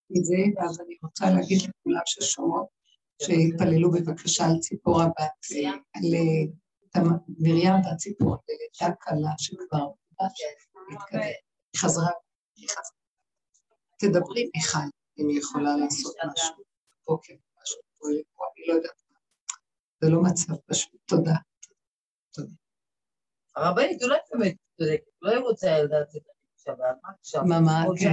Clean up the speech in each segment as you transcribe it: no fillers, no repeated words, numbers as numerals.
את זה, ואז אני רוצה להגיד לכולם ששומעות, שהתפללו בבקשה על ציפורה בת, על מרים בת ציפורה, ללידה קלה שכבר מתקדם. היא חזרה. תדברי מיכל, אם היא יכולה לעשות משהו. בוקר, משהו, אני לא יודעת. זה לא מצב פשוט. תודה. תודה. הרבנית, אולי באמת, לא היא רוצה לדעת את זה עכשיו. מה, כן.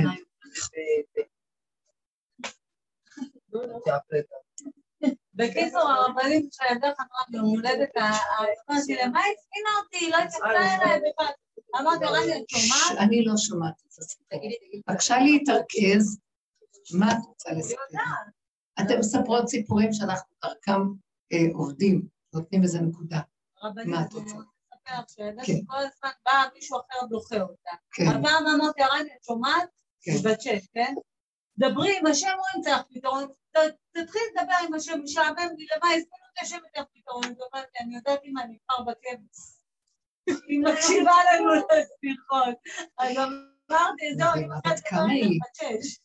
בקיצור, הרבנית שהילדה חזרה ביום הולדת, אמרתי לה, מה הזמינה אותי? לא התייחסה אליי בכלל. אמרתי, רני, את שומעת? אני לא שומעת את זה. בבקשה להתרכז, מה את רוצה לספר? אתם מספרות סיפורים שאנחנו דרכם עובדים, נותנים איזה נקודה. מה את רוצה? כל הזמן בא מישהו אחר דוחה אותה. הפעם אמרתי, רני, את שומעת? בצ'אט, כן? דברי עם השם, הוא ימצא לך פתרון. תתחיל לדבר עם השם, משעמם לי, למה הזמינו את השם יותר פתרון? אני יודעת אם אני כבר בכבש. היא מקשיבה לנו לסליחות. אז אמרתי, זהו, אני מחת לדבר עם בצ'ש.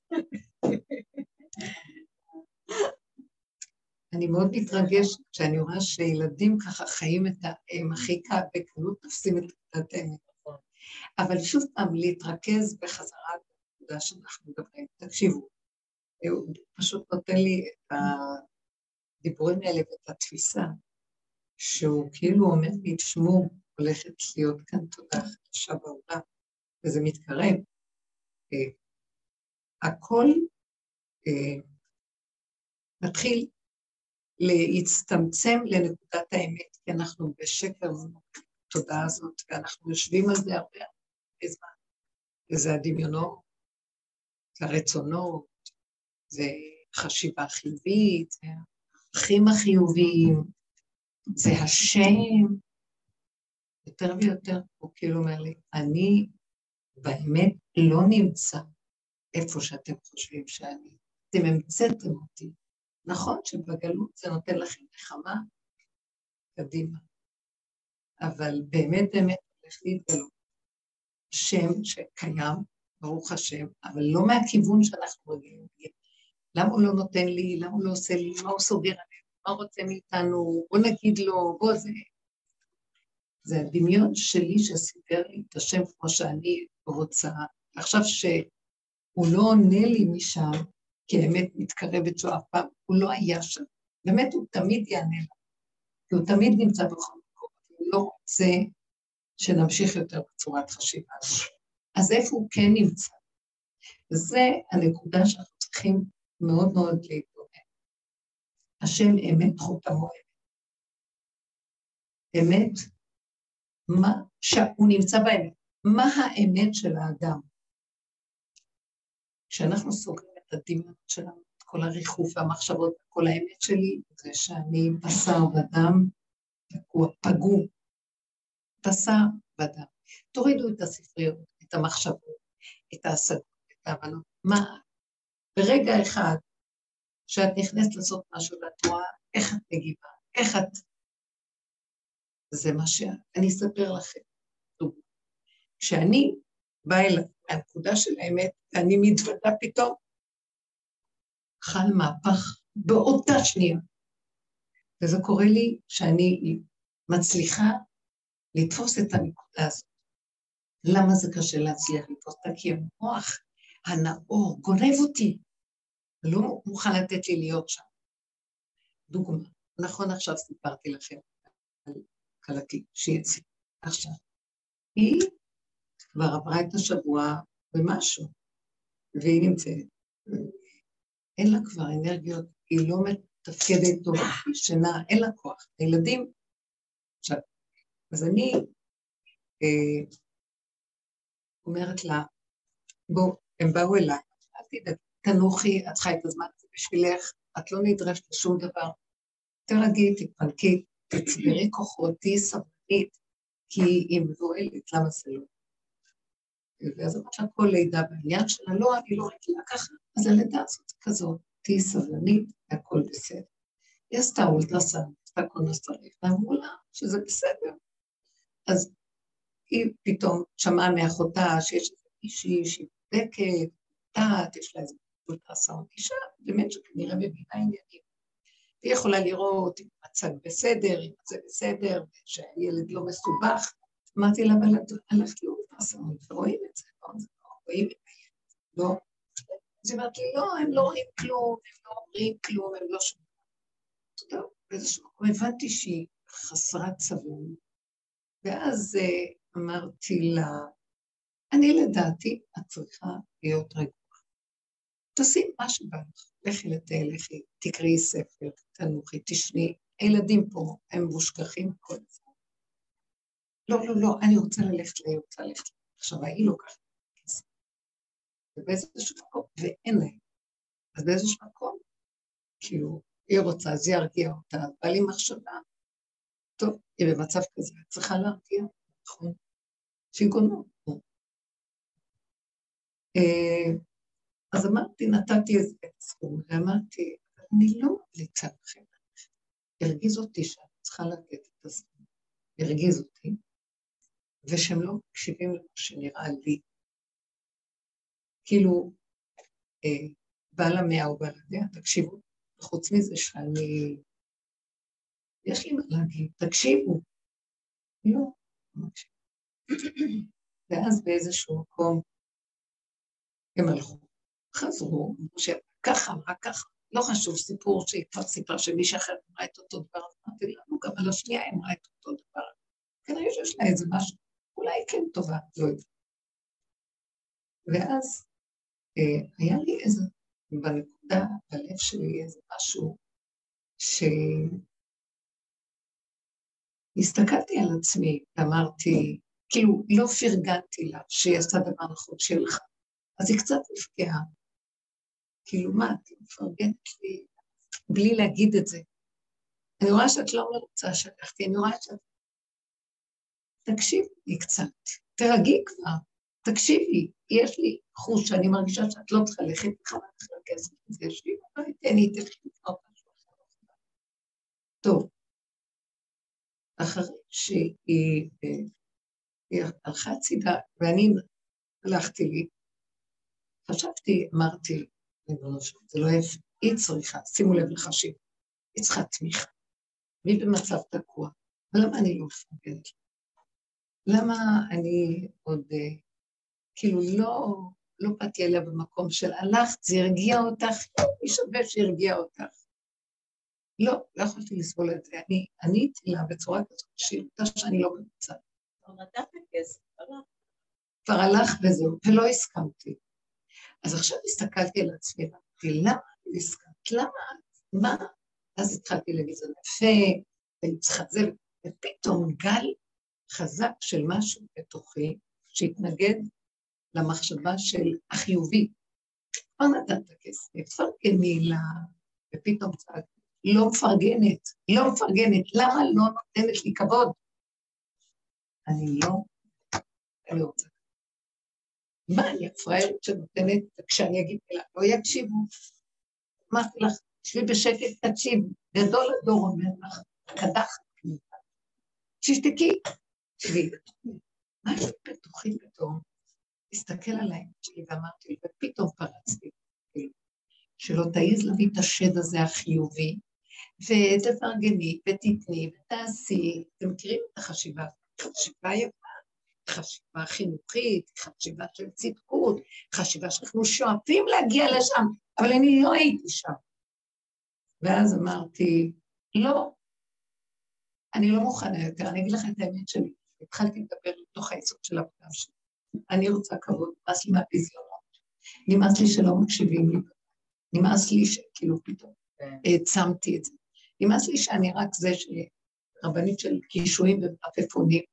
אני מאוד מתרגשת כשאני רואה שילדים ככה חיים את הכי קל בקלות, תופסים את דעתנו. אבל שוב פעם, להתרכז בחזרה לנקודה שאנחנו מדברים. תקשיבו, הוא פשוט נותן לי את הדיבורים האלה ואת התפיסה, שהוא כאילו אומר לי, תשמעו, הולכת להיות כאן תודה חדשה בעולם, וזה מתקרב. הכל מתחיל להצטמצם לנקודת האמת, כי אנחנו בשקר תודה הזאת, ואנחנו יושבים על זה הרבה זמן. וזה הדמיונות, זה הרצונות, זה חשיבה חיובית, זה הערכים החיוביים, זה השם. יותר ויותר, הוא כאילו אומר לי, אני באמת לא נמצא איפה שאתם חושבים שאני. אתם המצאתם אותי. נכון שבגלות זה נותן לכם נחמה קדימה, אבל באמת הולך להתגלות. השם שקיים, ברוך השם, אבל לא מהכיוון שאנחנו רגילים. למה הוא לא נותן לי, למה הוא לא עושה לי, מה הוא סוגר עלינו, מה הוא רוצה מאיתנו, בוא נגיד לו, בוא זה. זה הדמיון שלי שסידר לי את השם כמו שאני רוצה. עכשיו שהוא לא עונה לי משם, כי האמת מתקרבת שהוא אף פעם, הוא לא היה שם. באמת הוא תמיד יענה לה, כי הוא תמיד נמצא בכל מקום, הוא לא רוצה שנמשיך יותר בצורת חשיבה. אז איפה הוא כן נמצא? וזה הנקודה שאנחנו צריכים מאוד מאוד להתבונן. השם אמת חותמו אמת. אמת, מה שהוא נמצא באמת. מה האמת של האדם? כשאנחנו סוגרים את הדמיון שלנו, את כל הריחוף והמחשבות, כל האמת שלי, זה שאני בשר ודם, פגום. בשר ודם. תורידו את הספריות, את המחשבות, את ההשגות, את ההבנות. מה? ברגע אחד, שאת נכנסת לעשות משהו, ואת רואה איך את מגיבה, איך את... זה מה שאני אספר לכם. כשאני באה אל הנקודה של האמת, אני מתוודה פתאום, חל מהפך באותה שנייה. וזה קורה לי שאני מצליחה לתפוס את הנקודה הזאת. למה זה קשה להצליח לתפוס אותה? כי המוח הנאור גונב אותי, לא מוכן לתת לי להיות שם. דוגמה, נכון עכשיו סיפרתי לכם על קלתי שיצא עכשיו. היא כבר עברה את השבוע ומשהו, והיא נמצאת, אין לה כבר אנרגיות, היא לא מתפקדת טוב, היא שינה, אין לה כוח. הילדים, עכשיו, אז אני אומרת לה, בוא, הם באו אליי, אל תדאג, תנוחי, את צריכה את הזמן הזה בשבילך, את לא נדרשת לשום דבר, תרגי, תתפנקי, תצברי כוחות, תהי סבלנית, כי היא מבועלת, למה זה לא? ואז אמרת לה, כל לידה בעניין שלה, לא, אני לא רגילה ככה, אז הלידה הזאת כזאת, תהי סבלנית, הכל בסדר. היא עשתה אולטרסאונד, עשתה קולונוסטרית, ואמרו לה שזה בסדר. אז היא פתאום שמעה מאחותה שיש איזו מישהי שהיא בודקת, יש לה איזה אולטרסאונד, אישה באמת שכנראה מבינה עניינים, והיא יכולה לראות אם מצג בסדר, אם זה בסדר, שהילד לא מסובך. אמרתי לה, אבל את הלכת לאולטרסאונד, ורואים את זה, רואים את הילד, לא. אז היא אמרת לי, לא, הם לא רואים כלום, הם לא אומרים כלום, הם לא שומעים. טוב, באיזשהו מקום הבנתי שהיא חסרת סבלנות, ואז אמרתי לה, אני לדעתי, את צריכה להיות רגועה. תעשי מה שבא לך, לכי לטייל, לכי, תקראי ספר, תנוחי, תשני, הילדים פה, הם מושכחים כל זה. לא, לא, לא, אני רוצה ללכת לה, עכשיו, היא לוקחת כסף. ובאיזשהו מקום, ואין להם. אז באיזשהו מקום, כאילו, היא רוצה, אז היא הרגיעה אותה, בא לי מחשבה, טוב, היא במצב כזה, צריכה להרגיע, נכון? שיגונו. אז אמרתי, נתתי איזה סכום, ואמרתי, אני לא ממליצה לכם. הרגיז אותי שאני צריכה לתת את הסכום. הרגיז אותי, ושהם לא מקשיבים למה שנראה לי. כאילו, בעל המאה או בעל הדעה, תקשיבו, וחוץ מזה שאני, יש לי מה להגיד, תקשיבו. לא, לא מקשיבו. ואז באיזשהו מקום, הם הלכו, חזרו, שככה, מה ככה, לא חשוב, סיפור שהיא כבר סיפרה שמישהו אחר אמרה את אותו דבר, אמרתי לנו, גם על השנייה אמרה את אותו דבר, כנראה שיש לה איזה משהו, אולי כן טובה, לא יודע. ואז היה לי איזה, בנקודה, בלב שלי איזה משהו, שהסתכלתי על עצמי, ואמרתי, כאילו לא פרגנתי לה, שהיא עשתה דבר נכון שלך, אז היא קצת נפגעה, כאילו מה, את מפרגנת לי, בלי להגיד את זה. אני רואה שאת לא רוצה שלחתי, אני רואה שאת... תקשיבי לי קצת, תרגי כבר, תקשיבי, יש לי חוש שאני מרגישה שאת לא צריכה ללכת, חבל לך לכסף, זה יש לי, אני תלכי לקנות משהו אחר. טוב, אחרי שהיא הלכה צידה, ואני הלכתי לי, חשבתי, אמרתי, זה לא יפה, היא צריכה, שימו לב לחשיב, היא צריכה תמיכה, והיא במצב תקוע, ולמה אני לא מפרגנת? למה אני עוד, כאילו לא באתי אליה במקום של הלכת, זה הרגיע אותך, היא שווה שהרגיע אותך. לא יכולתי לסבול את זה, אני הייתי לה בצורה כזאת, שהיא אותה שאני לא במצב. כבר הלך וזהו, ולא הסכמתי. אז עכשיו הסתכלתי על עצמי, ואמרתי, למה אני הסכמת? למה? מה? אז התחלתי להגיד, זה יפה, ואני צריכה זה, ופתאום גל חזק של משהו בתוכי, שהתנגד למחשבה של החיובי. כבר נתת כסף, פרגני לה, ופתאום צעקתי, לא מפרגנת, למה לא נותנת לי כבוד? אני רוצה. מה אני הפראיירת שנותנת, כשאני אגיד לה, לא יקשיבו. אמרתי לך, תשבי בשקט, תקשיב, גדול הדור אומר לך, קדחת כניסה. תשתקי, תשבי. משהו בתוכי פתאום, הסתכל עליי שלי ואמרתי, ופתאום פרצתי, שלא תעיז להביא את השד הזה החיובי, ותפרגני, ותתני, ותעשי. אתם מכירים את החשיבה? חשיבה יפה. חשיבה חינוכית, חשיבה של צדקות, חשיבה שאנחנו שואפים להגיע לשם, אבל אני לא הייתי שם. ואז אמרתי, לא, אני לא מוכנה יותר, אני אגיד לך את האמת שלי, התחלתי לדבר לתוך היסוד של הפגם שלי. אני רוצה כבוד, נמאס לי מהביזיונות, נמאס לי שלא מקשיבים לי, נמאס לי שכאילו פתאום העצמתי את זה, נמאס לי שאני רק זה שרבנית של קישואים ומעפפונים,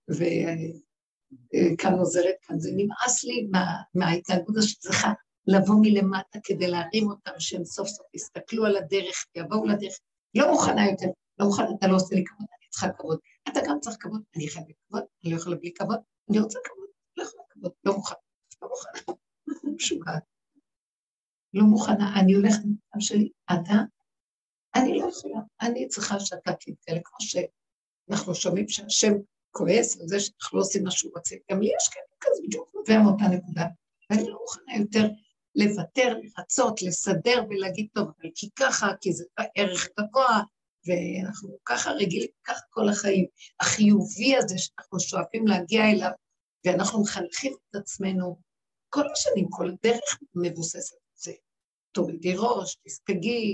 כאן עוזרת כאן, זה נמאס לי מההתנהגות שצריכה לבוא מלמטה כדי להרים אותם, שהם סוף סוף יסתכלו על הדרך, יבואו לדרך, לא מוכנה יותר, לא מוכנה, אתה לא עושה לי כבוד, אני צריכה כבוד, אתה גם צריך כבוד, אני חייבת כבוד, אני לא יכולה בלי כבוד, אני רוצה כבוד, לא יכולה כבוד, לא מוכנה, משוגעת, לא מוכנה, אני הולכת למקום שלי, אני לא יכולה, אני צריכה שאתה תתגלה, כמו שאנחנו שומעים שהשם כועס על זה שאנחנו לא עושים מה שהוא רוצה, גם לי יש כזה בדיוק נובע מאותה נקודה, ואני לא מוכנה יותר לוותר, לרצות, לסדר ולהגיד טוב, אבל כי ככה, כי זה ערך גבוה, ואנחנו ככה רגילים, ככה כל החיים. החיובי הזה שאנחנו שואפים להגיע אליו, ואנחנו מחנכים את עצמנו, כל השנים, כל הדרך מבוססת את זה. תורידי ראש, תספגי.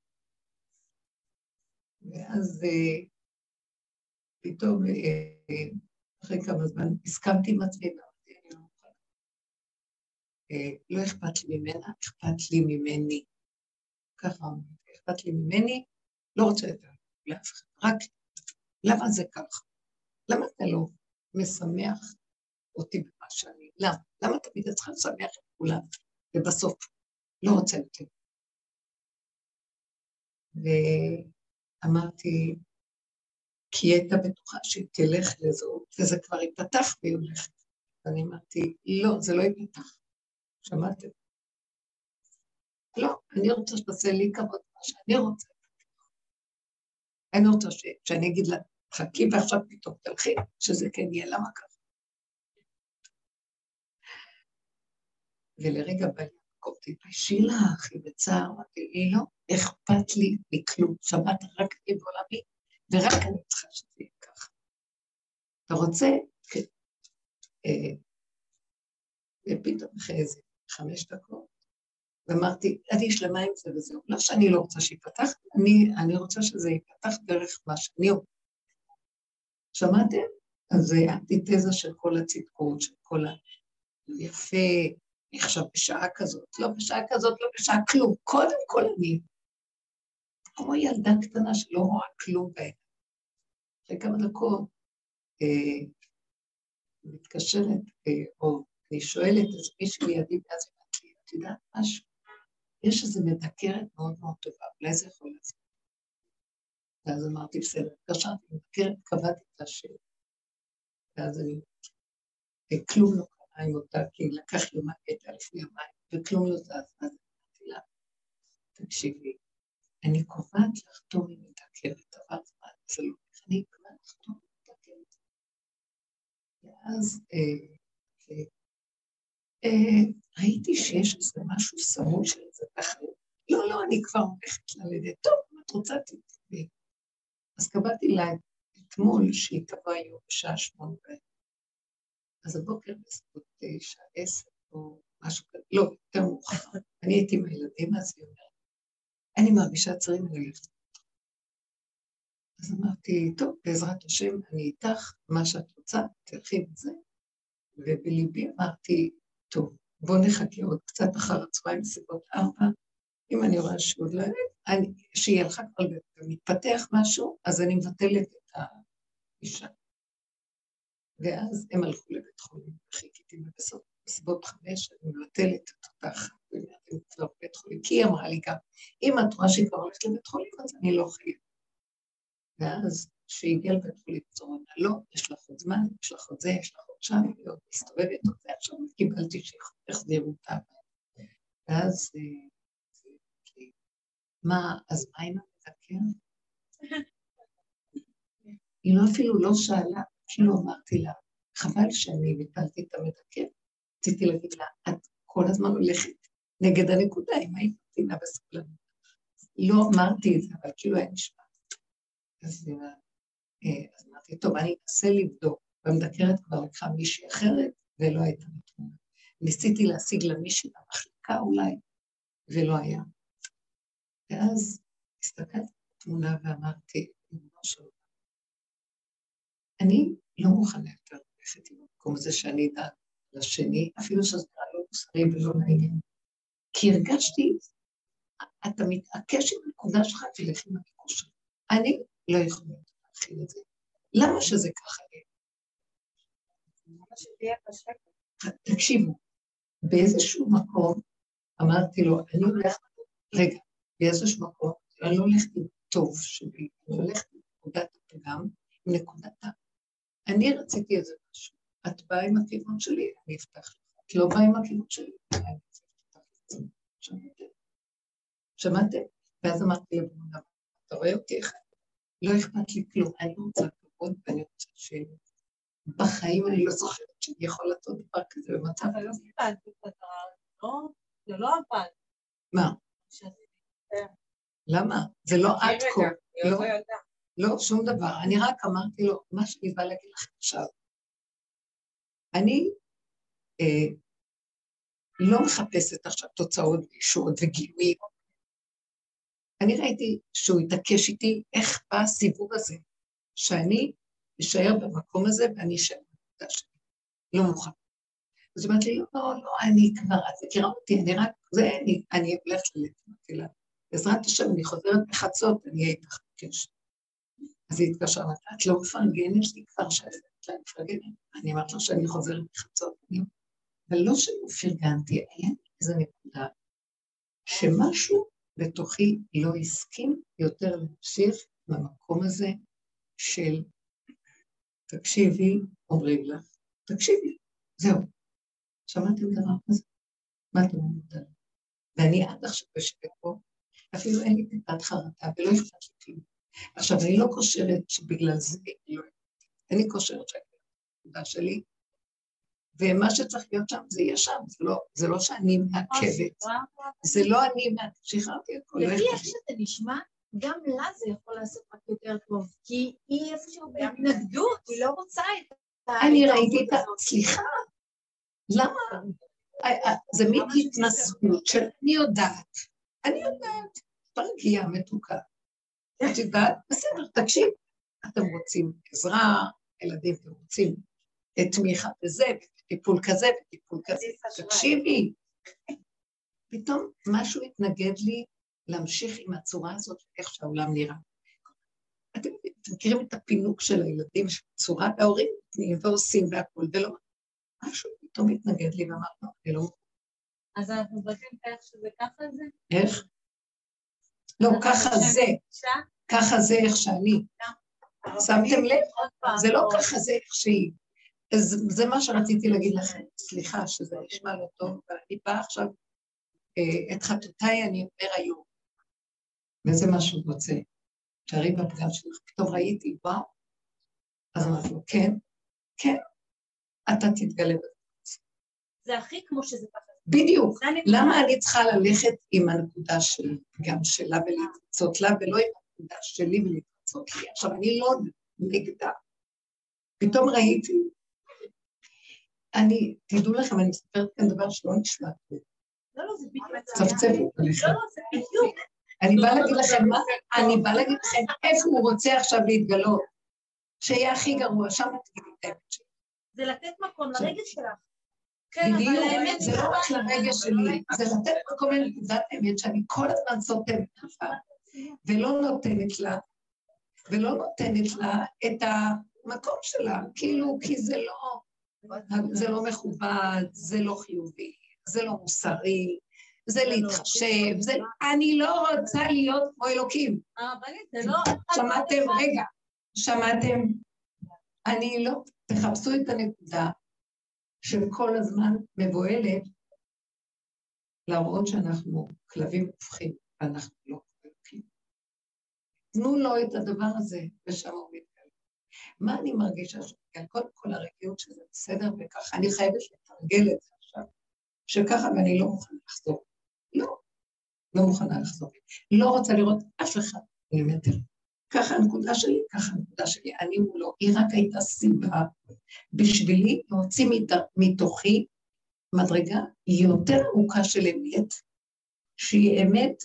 ואז פתאום, אחרי כמה זמן, הסכמתי עם עצמי, לא אכפת לי ממנה, אכפת לי ממני. ככה, אכפת לי ממני, לא רוצה את זה לאף אחד. רק, למה זה ככה? למה אתה לא משמח אותי במה שאני? למה תמיד את צריכה לשמח את כולם? ובסוף, לא רוצה אותי. ואמרתי, כי היא הייתה בטוחה שהיא תלך לזו, וזה כבר ייפתח והיא הולכת. ואני אמרתי, לא, זה לא ייפתח. שמעתם? לא, אני רוצה שתעשה לי כבוד מה שאני רוצה. אני רוצה שאני אגיד לה, חכי ועכשיו פתאום תלכי, שזה כן יהיה, למה ככה? ולרגע בא לי מקום, תתביישי לך, היא בצער, אמרתי לי, לא, אכפת לי מכלום, שמעת רק אני בעולמי, ורק אני צריכה שזה יהיה ככה. אתה רוצה? כן. ופתאום אחרי איזה 5 דקות, ואמרתי, אני שלמה עם זה וזהו, לא שאני לא רוצה שיפתח, אני רוצה שזה ייפתח דרך מה שאני אומר. שמעתם? אז זה האנטיתזה של כל הצדקות, של כל היפה, עכשיו בשעה כזאת, לא בשעה כזאת, לא בשעה כלום, קודם כל אני, כמו ילדה קטנה שלא רואה כלום בהם. אחרי כמה דקות, מתקשרת, או אני שואלת, אז מישהו לידי, ואז אמרתי לי, את יודעת משהו? יש איזו מדקרת מאוד מאוד טובה, אולי זה יכול לעשות. ואז אמרתי, בסדר, קשרתי, מדקרת, קבעתי את השם. ואז אני, כלום לא קרה עם אותה, כי לקח יומיים, הייתה לפני יומיים, וכלום לא זז, אז אמרתי לה, תקשיבי, אני קובעת לחתום עם מדקרת, אבל זה לא, אני קובעת לחתום עם מדקרת. ואז, ראיתי שיש איזה משהו סמוי של איזה תחרות. לא, אני כבר הולכת ללדת. טוב, אם את רוצה תתקבי. אז קבעתי לה אתמול שהיא תבוא היום בשעה 8. אז הבוקר בסביבות 9, 10 או משהו כזה. לא, יותר מאוחר. אני הייתי עם הילדים, אז היא אומרת, אני מרגישה צריכים ללכת. אז אמרתי, טוב, בעזרת השם, אני איתך, מה שאת רוצה, תלכי עם זה. ובליבי אמרתי, טוב, בוא נחכה עוד קצת אחר הצהריים בסביבות 4, אם אני רואה שעוד לא יודעת, שיהיה לך כבר ומתפתח משהו, אז אני מבטלת את האישה. ואז הם הלכו לבית חולים, חיכיתי בסביבות 5, אני מבטלת את אותה אחת, ואני כבר בבית חולים, כי היא אמרה לי גם, אם את רואה שהיא כבר הולכת לבית חולים, אז אני לא חייבת. ואז כשהגיע לבית חולים, אז אומרים לה, לא, יש לך עוד זמן, יש לך עוד זה, יש לך עוד שם, היא עוד מסתובבת עוד זה, עכשיו קיבלתי שהחזירו אותה. ואז, אז מה עם המדקר? היא לא אפילו לא שאלה, כאילו אמרתי לה, חבל שאני ביטלתי את המדקר, רציתי להגיד לה, את כל הזמן הולכת נגד הנקודה, אם היית תינה בסבלנות. לא אמרתי את זה, אבל כאילו היה נשמע. אז אמרתי, טוב, אני אנסה לבדוק, והמדקרת כבר לקחה מישהי אחרת, ולא הייתה בתמונה. ניסיתי להשיג לה מישהי במחלקה אולי, ולא היה. ואז הסתכלתי בתמונה ואמרתי, אני לא מוכנה יותר ללכת עם המקום הזה שאני אדע לשני, אפילו שזה לא מוסרי ולא נעים. כי הרגשתי, אתה מתעקש עם הנקודה שלך ולך עם הביקוש שלך. אני לא יכולה להכין את זה. למה שזה ככה יהיה? למה שתהיה קשה? תקשיבו, באיזשהו מקום אמרתי לו, אני הולכת, רגע, באיזשהו מקום, אני לא הולכת עם טוב שלי, אני הולכת עם נקודת הפגם, עם נקודת אני רציתי איזה משהו. את באה עם הכיוון שלי, אני אפתח לך. את לא באה עם הכיוון שלי, אני אפתח לך. שמעתם? ואז אמרתי לבונה, אתה רואה אותי איך? לא אכפת לי כלום, אני רוצה כבוד ואני רוצה שבחיים אני לא זוכרת שאני יכול לעשות דבר כזה במצב. אבל לא קיבלתי את הדבר, לא? זה לא אבל. מה? למה? זה לא עד כה. לא, שום דבר. אני רק אמרתי לו, מה שאני בא להגיד לכם עכשיו, אני לא מחפשת עכשיו תוצאות אישות וגילויים. אני ראיתי שהוא התעקש איתי איך בא הסיבוב הזה, שאני אשאר במקום הזה ואני אשאר במקום שלי. לא מוכן. אז אומרת לי, לא, אני כבר, את מכירה אותי, אני רק, זה, אני הולכת ללכת לה. בעזרת השם, אני חוזרת בחצות, אני אהיה איתך בקש. אז היא התקשרה, את לא מפרגנת לי כבר שאת לא מפרגנת. אני אמרת לה שאני חוזרת בחצות. אבל לא שלא פרגנתי, היה איזו נקודה, שמשהו בתוכי לא הסכים יותר להמשיך במקום הזה של, תקשיבי, אומרים לך, תקשיבי, זהו. שמעתם דבר כזה? מה אתם אומרים? ואני עד עכשיו בשקט פה, אפילו אין לי טיפת חרטה, ולא אכפת לי כלום. עכשיו, אני לא קושרת שבגלל זה, אני קושרת שהנקודה שלי, ומה שצריך להיות שם זה יהיה שם, זה לא שאני מעכבת, זה לא אני מעכבת, שחררתי הכל. לפי איך שאתה נשמע, גם לה זה יכול לעשות רק יותר טוב, כי היא איפשהו בהתנגדות, היא לא רוצה את אני ראיתי את סליחה, למה? זה מין התנסות של אני יודעת, פרגיעה מתוקה. את יודעת, בסדר, תקשיב, אתם רוצים עזרה, ילדים, אתם רוצים תמיכה בזה, טיפול כזה וטיפול כזה, תקשיבי. פתאום משהו התנגד לי להמשיך עם הצורה הזאת, איך שהעולם נראה. אתם מכירים את הפינוק של הילדים, צורת ההורים ועושים והכל, ולא, משהו פתאום התנגד לי ואמר, לא, אני לא. אז אנחנו בטים איך שזה ככה זה? איך? לא, ככה זה איך שאני. שמתם לב? זה לא ככה זה איך שהיא. אז זה מה שרציתי להגיד לכם, סליחה שזה נשמע לא טוב, ואני באה עכשיו, את חטאותיי אני אומר היום, וזה מה שהוא רוצה, שערי בפגם שלך, פתאום ראיתי, וואו, אז אמרתי לו, כן, אתה תתגלה בזה. זה הכי כמו שזה ככה. בדיוק, למה אני צריכה ללכת עם הנקודה שלי, גם שלה ולהתרצות לה, ולא עם הנקודה שלי ולהתרצות לי, עכשיו אני לא נגדה, פתאום ראיתי, תדעו לכם, אני מספרת כאן דבר שלא נשמע. לא, זה בדיוק. צפצפו. לא, זה בדיוק. אני באה להגיד לכם מה? אני באה להגיד לכם איפה הוא רוצה עכשיו להתגלות. שיהיה הכי גרוע, שם תגידי את האמת שלי. זה לתת מקום לרגש שלך. בדיוק, זה לא רק לרגש שלי, זה לתת מקום לנקודת האמת שאני כל הזמן סותמת לך, ולא נותנת לה את המקום שלה, כאילו, כי זה לא מכובד, זה לא חיובי, זה לא מוסרי, זה להתחשב, אני לא רוצה להיות כמו אלוקים. שמעתם, אני לא, תחפשו את הנקודה של כל הזמן מבועלת, להראות שאנחנו כלבים הופכים, ואנחנו לא כלבים. תנו לו את הדבר הזה, ושם הוא מתגלה. מה אני מרגישה שעל כל הרגיעות שזה בסדר וככה, אני חייבת לתרגל את זה עכשיו, שככה ואני לא מוכנה לחזור. לא מוכנה לחזור. לא רוצה לראות אף אחד מילימטר. ככה הנקודה שלי, אני מולו, היא רק הייתה סיבה בשבילי להוציא מתוכי מדרגה יותר עמוקה של אמת, שהיא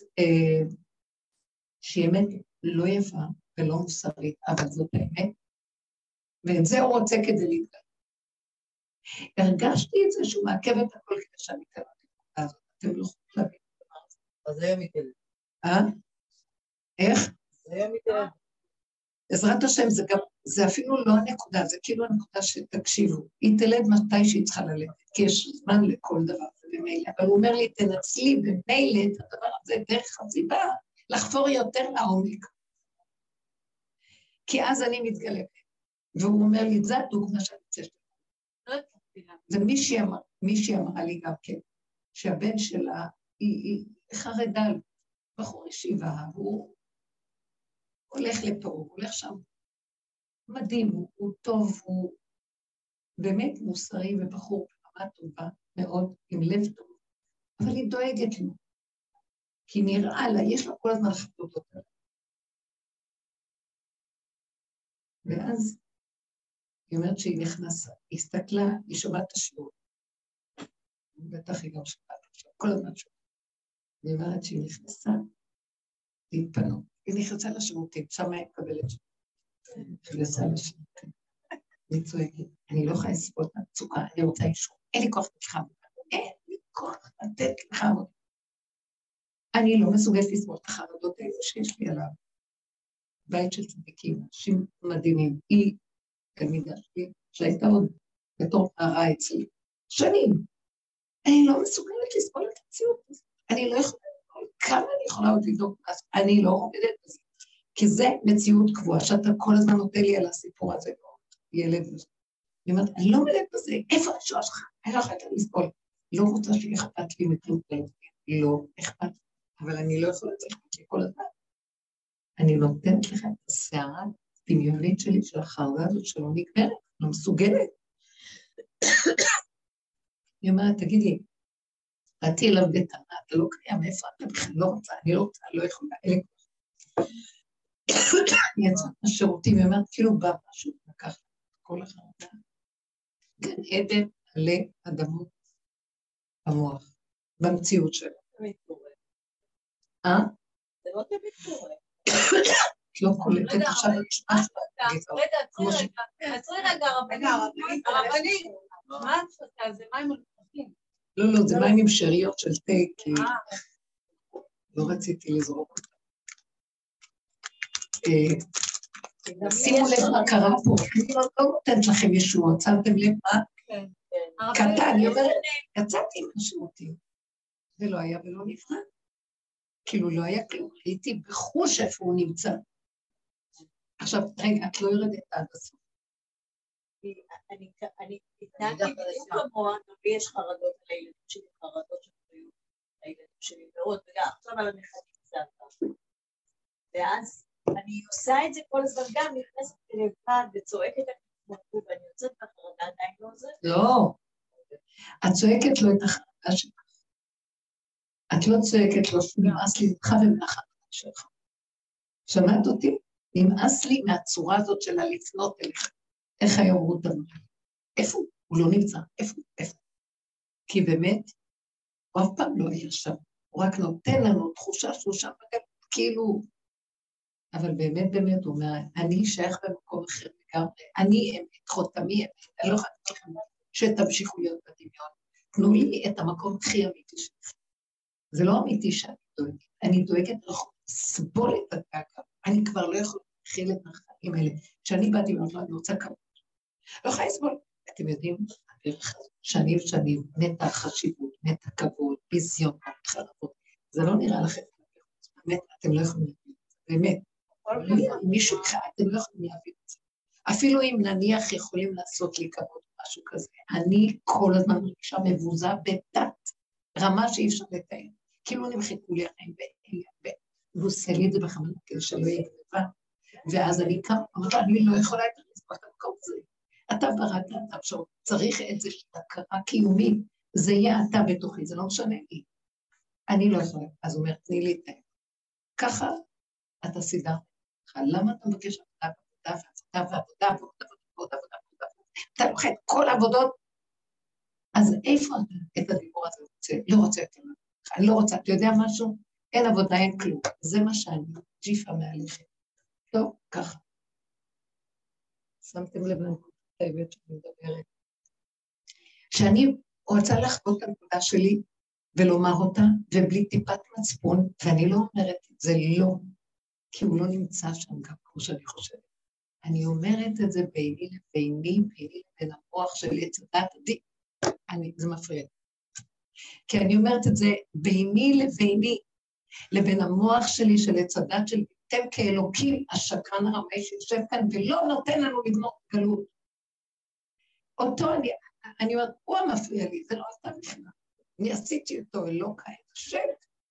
אמת לא יפה ולא מוסרית, אבל זאת האמת, ואת זה הוא רוצה כדי להתגלה. הרגשתי את זה שהוא מעכב את הכל כדי שאני קראתי. אז אתם לא יכולים להבין את הדבר הזה. אז זה יום מתעלם. איך? זה יום מתעלם. עזרת השם זה אפילו לא הנקודה, זה כאילו הנקודה שתקשיבו. היא תלד מתי שהיא צריכה ללדת, כי יש זמן לכל דבר זה במילא. אבל הוא אומר לי, תנצלי במילא את הדבר הזה דרך הסיבה, לחפור יותר לעומק. כי אז אני מתגלבת. והוא אומר לי, זה הדוגמה שאני רוצה שתקום. זה מישהי אמרה לי גם כן, שהבן שלה, היא חרדה, בחור ישיבה, והוא הולך לפה, הוא הולך שם. מדהים, הוא טוב, הוא באמת מוסרי ובחור ברמה טובה מאוד, עם לב טוב. אבל היא דואגת לו. כי נראה לה, יש לה כל הזמן חפות אותה. ואז היא אומרת שהיא נכנסה, היא הסתכלה, היא שומעת את השיעור. בטח היא גם שומעת עכשיו, כל הזמן שומעת. היא אומרת שהיא נכנסה, להתפנות. היא נכנסה לשירותים, שם היא מקבלת שירותים. היא נכנסה לשירותים. אני צועקת, אני לא יכולה לסבול את המצוקה, אני רוצה אישור. אין לי כוח לתך עבודה. אין לי כוח לתת לך עבודה. אני לא מסוגלת לסבול את החרדות האלה שיש לי עליו. בית של צדיקים, אנשים מדהימים. היא תלמידה שלי, שהייתה עוד בתור נערה אצלי. שנים. אני לא מסוגלת לסבול את המציאות הזאת. אני לא יכולה, כמה אני יכולה עוד לדאוג, אני לא עומדת בזה. כי זה מציאות קבועה, שאתה כל הזמן נותן לי על הסיפור הזה, ילד וזה. אני אומרת, אני לא עומדת בזה, איפה השואה שלך? אני לא יכולה לסבול. לא רוצה שיהיה אכפת לי מכלום, לא אכפת לי, אבל אני לא יכולה לצלחת לי כל הזמן. אני נותנת לך את השערה דמיונית שלי, של החרדה הזאת שלא נגמרת, לא מסוגלת. היא אומרת, תגידי, באתי אליו בטענה, אתה לא קיים, איפה אתה בכלל לא רוצה, אני לא רוצה, לא יכולה, אלה כבר. היא יצאה לשירותים, היא אומרת, כאילו בא משהו, לקח כל החרדה. גן עדן עלי אדמות במוח, במציאות שלו. זה לא תמיד קורה. לא קולטת עכשיו על שמה שלו. עצרי רגע, הרבנית, מה את עושה? זה מים מלוכחים. לא, זה מים עם שאריות של תה, כי לא רציתי לזרוק אותה. שימו לב מה קרה פה, אני לא נותנת לכם ישועות, שמתם לב מה? קטן, אני אומרת, יצאתי מהשירותים, ולא היה ולא נברא. כאילו לא היה כלום, הייתי בחוש איפה הוא נמצא. עכשיו, רגע, את לא יורדת עד הסוף. אני התנהגתי בדיוק כמוה, ויש חרדות על הילדים שלי, חרדות של בריאות, הילדים שלי מאוד, וגם עכשיו על הנכדים זה עתה. ואז אני עושה את זה כל הזמן, גם נכנסת לבד וצועקת את עצמי, ואני יוצאת בחרדה, עדיין לא זה. לא, את צועקת לו את החרדה שלך. את לא צועקת לו, נמאס לי ממך ומהחרדה שלך. שמעת אותי? נמאס לי מהצורה הזאת שלה לפנות אליך. איך היום הוא דמי? איפה הוא? הוא לא נמצא. איפה? כי באמת, הוא אף פעם לא היה שם. הוא רק נותן לנו תחושה שהוא שם, כאילו, אבל באמת, הוא אומר, אני שייך במקום אחר לגמרי, אני אמת, חותמי אמת, אני לא יכולה לכם שתמשיכו להיות בדמיון. תנו לי את המקום הכי אמיתי שלכם. זה לא אמיתי שאני דואגת, אני דואגת לסבול את הדאגה, אני כבר לא יכולה להכיל את החיים האלה. כשאני באתי ואומרת לו, אני רוצה כבוד. לא יכולה לסבול. אתם יודעים, הדרך הזאת, שנים, נטע החשיבות, נטע כבוד, ביזיון, חרבות. זה לא נראה לכם, באמת, אתם לא יכולים להבין את זה, באמת. מישהו אחד, אתם לא יכולים להבין את זה. אפילו אם נניח יכולים לעשות לי כבוד משהו כזה, אני כל הזמן מרגישה מבוזה בתת רמה שאי אפשר לתאר. כאילו נמחקו לי החיים והוא עושה לי את זה בחמלות כדי שלא יהיה גניבה. ואז אני קמה, אמרת, אני לא יכולה יותר לסבול את המקום הזה. אתה בראת אתה עכשיו, צריך איזושהי הכרה קיומית, זה יהיה אתה בתוכי, זה לא משנה לי. אני לא יכולה, אז הוא אומר, תני לי את זה. ככה אתה סידרת. למה אתה מבקש עבודה? אתה לוקח את כל העבודות, אז איפה אתה את הדיבור הזה רוצה? לא רוצה יותר. אני לא רוצה, אתה יודע משהו? אין עבודה, אין כלום. זה מה שאני, ג'יפה מהלכת. טוב, ככה. שמתם לב לנקודה האמת שאני מדברת. שאני רוצה לחבוט את הנקודה שלי ולומר אותה, ובלי טיפת מצפון, ואני לא אומרת את זה לא, כי הוא לא נמצא שם גם כמו שאני חושבת. אני אומרת את זה ביני לבין המוח שלי, את יודעת, זה מפריע. כי אני אומרת את זה ביני לבין המוח שלי של הצדת של אתם כאלוקים, השקרן הרמאי שיושב כאן ולא נותן לנו לגמור גלות. אותו אני אומרת, הוא המפריע לי, זה לא עשתה בכלל. אני עשיתי אותו אלוקה, את השם.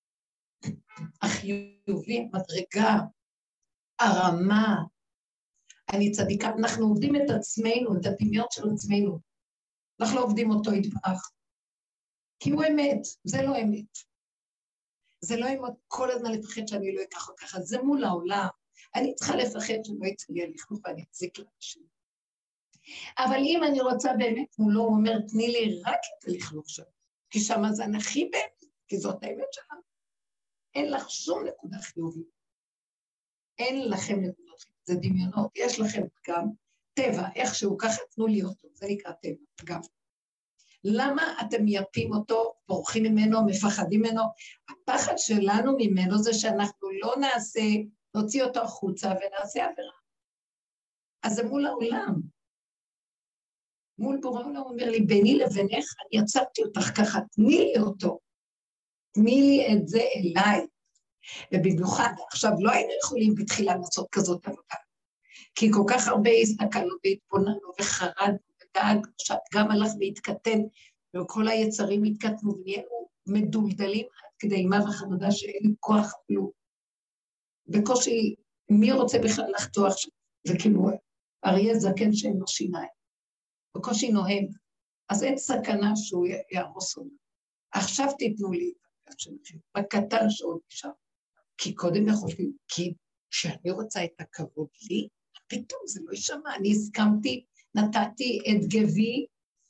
החיובי, מדרגה, הרמה, אני צדיקה, אנחנו עובדים את עצמנו, את הדמיון של עצמנו. אנחנו לא עובדים אותו יתברך. כי הוא אמת, זה לא אמת. זה לא אמת כל הזמן לפחד שאני לא אקח או ככה, זה מול העולם. אני צריכה לפחד שלא יצא לי הלכלוך ואני אצליק לאנשים. אבל אם אני רוצה באמת מולו, הוא אומר, תני לי רק את הלכלוך שלו, כי שמה זה הכי באמת, כי זאת האמת שלנו. אין לך שום נקודה חיובית. אין לכם נקודות חיובית, זה דמיונות, יש לכם גם טבע, איכשהו, ככה תנו לי אותו, זה נקרא טבע, אגב. למה אתם מייפים אותו, בורחים ממנו, מפחדים ממנו? הפחד שלנו ממנו זה שאנחנו לא נוציא אותו החוצה ונעשה עבירה. אז זה מול העולם. מול בורא העולם הוא אומר לי, ביני לבינך, אני יצרתי אותך ככה, תני לי אותו. תני לי את זה אליי. ובמיוחד, עכשיו לא היינו יכולים בתחילה לעשות כזאת עבודה, כי כל כך הרבה הסתכלנו והתבוננו וחרדנו ודאגנו, גם הלך והתקטן, וכל היצרים התקטנו ונהיינו מדולדלים עד כדי אימה וחרדה שאין לי כוח אפילו. בקושי, מי רוצה בכלל לחתוך? זה כאילו אריה זקן שאין לו שיניים. בקושי נוהם. אז אין סכנה שהוא יהרוס אותנו. עכשיו תיתנו לי בקטן שעוד נשאר. כי קודם יכולתי, כי כשאני רוצה את הכבוד לי, פתאום זה לא יישמע. אני הסכמתי, נתתי את גבי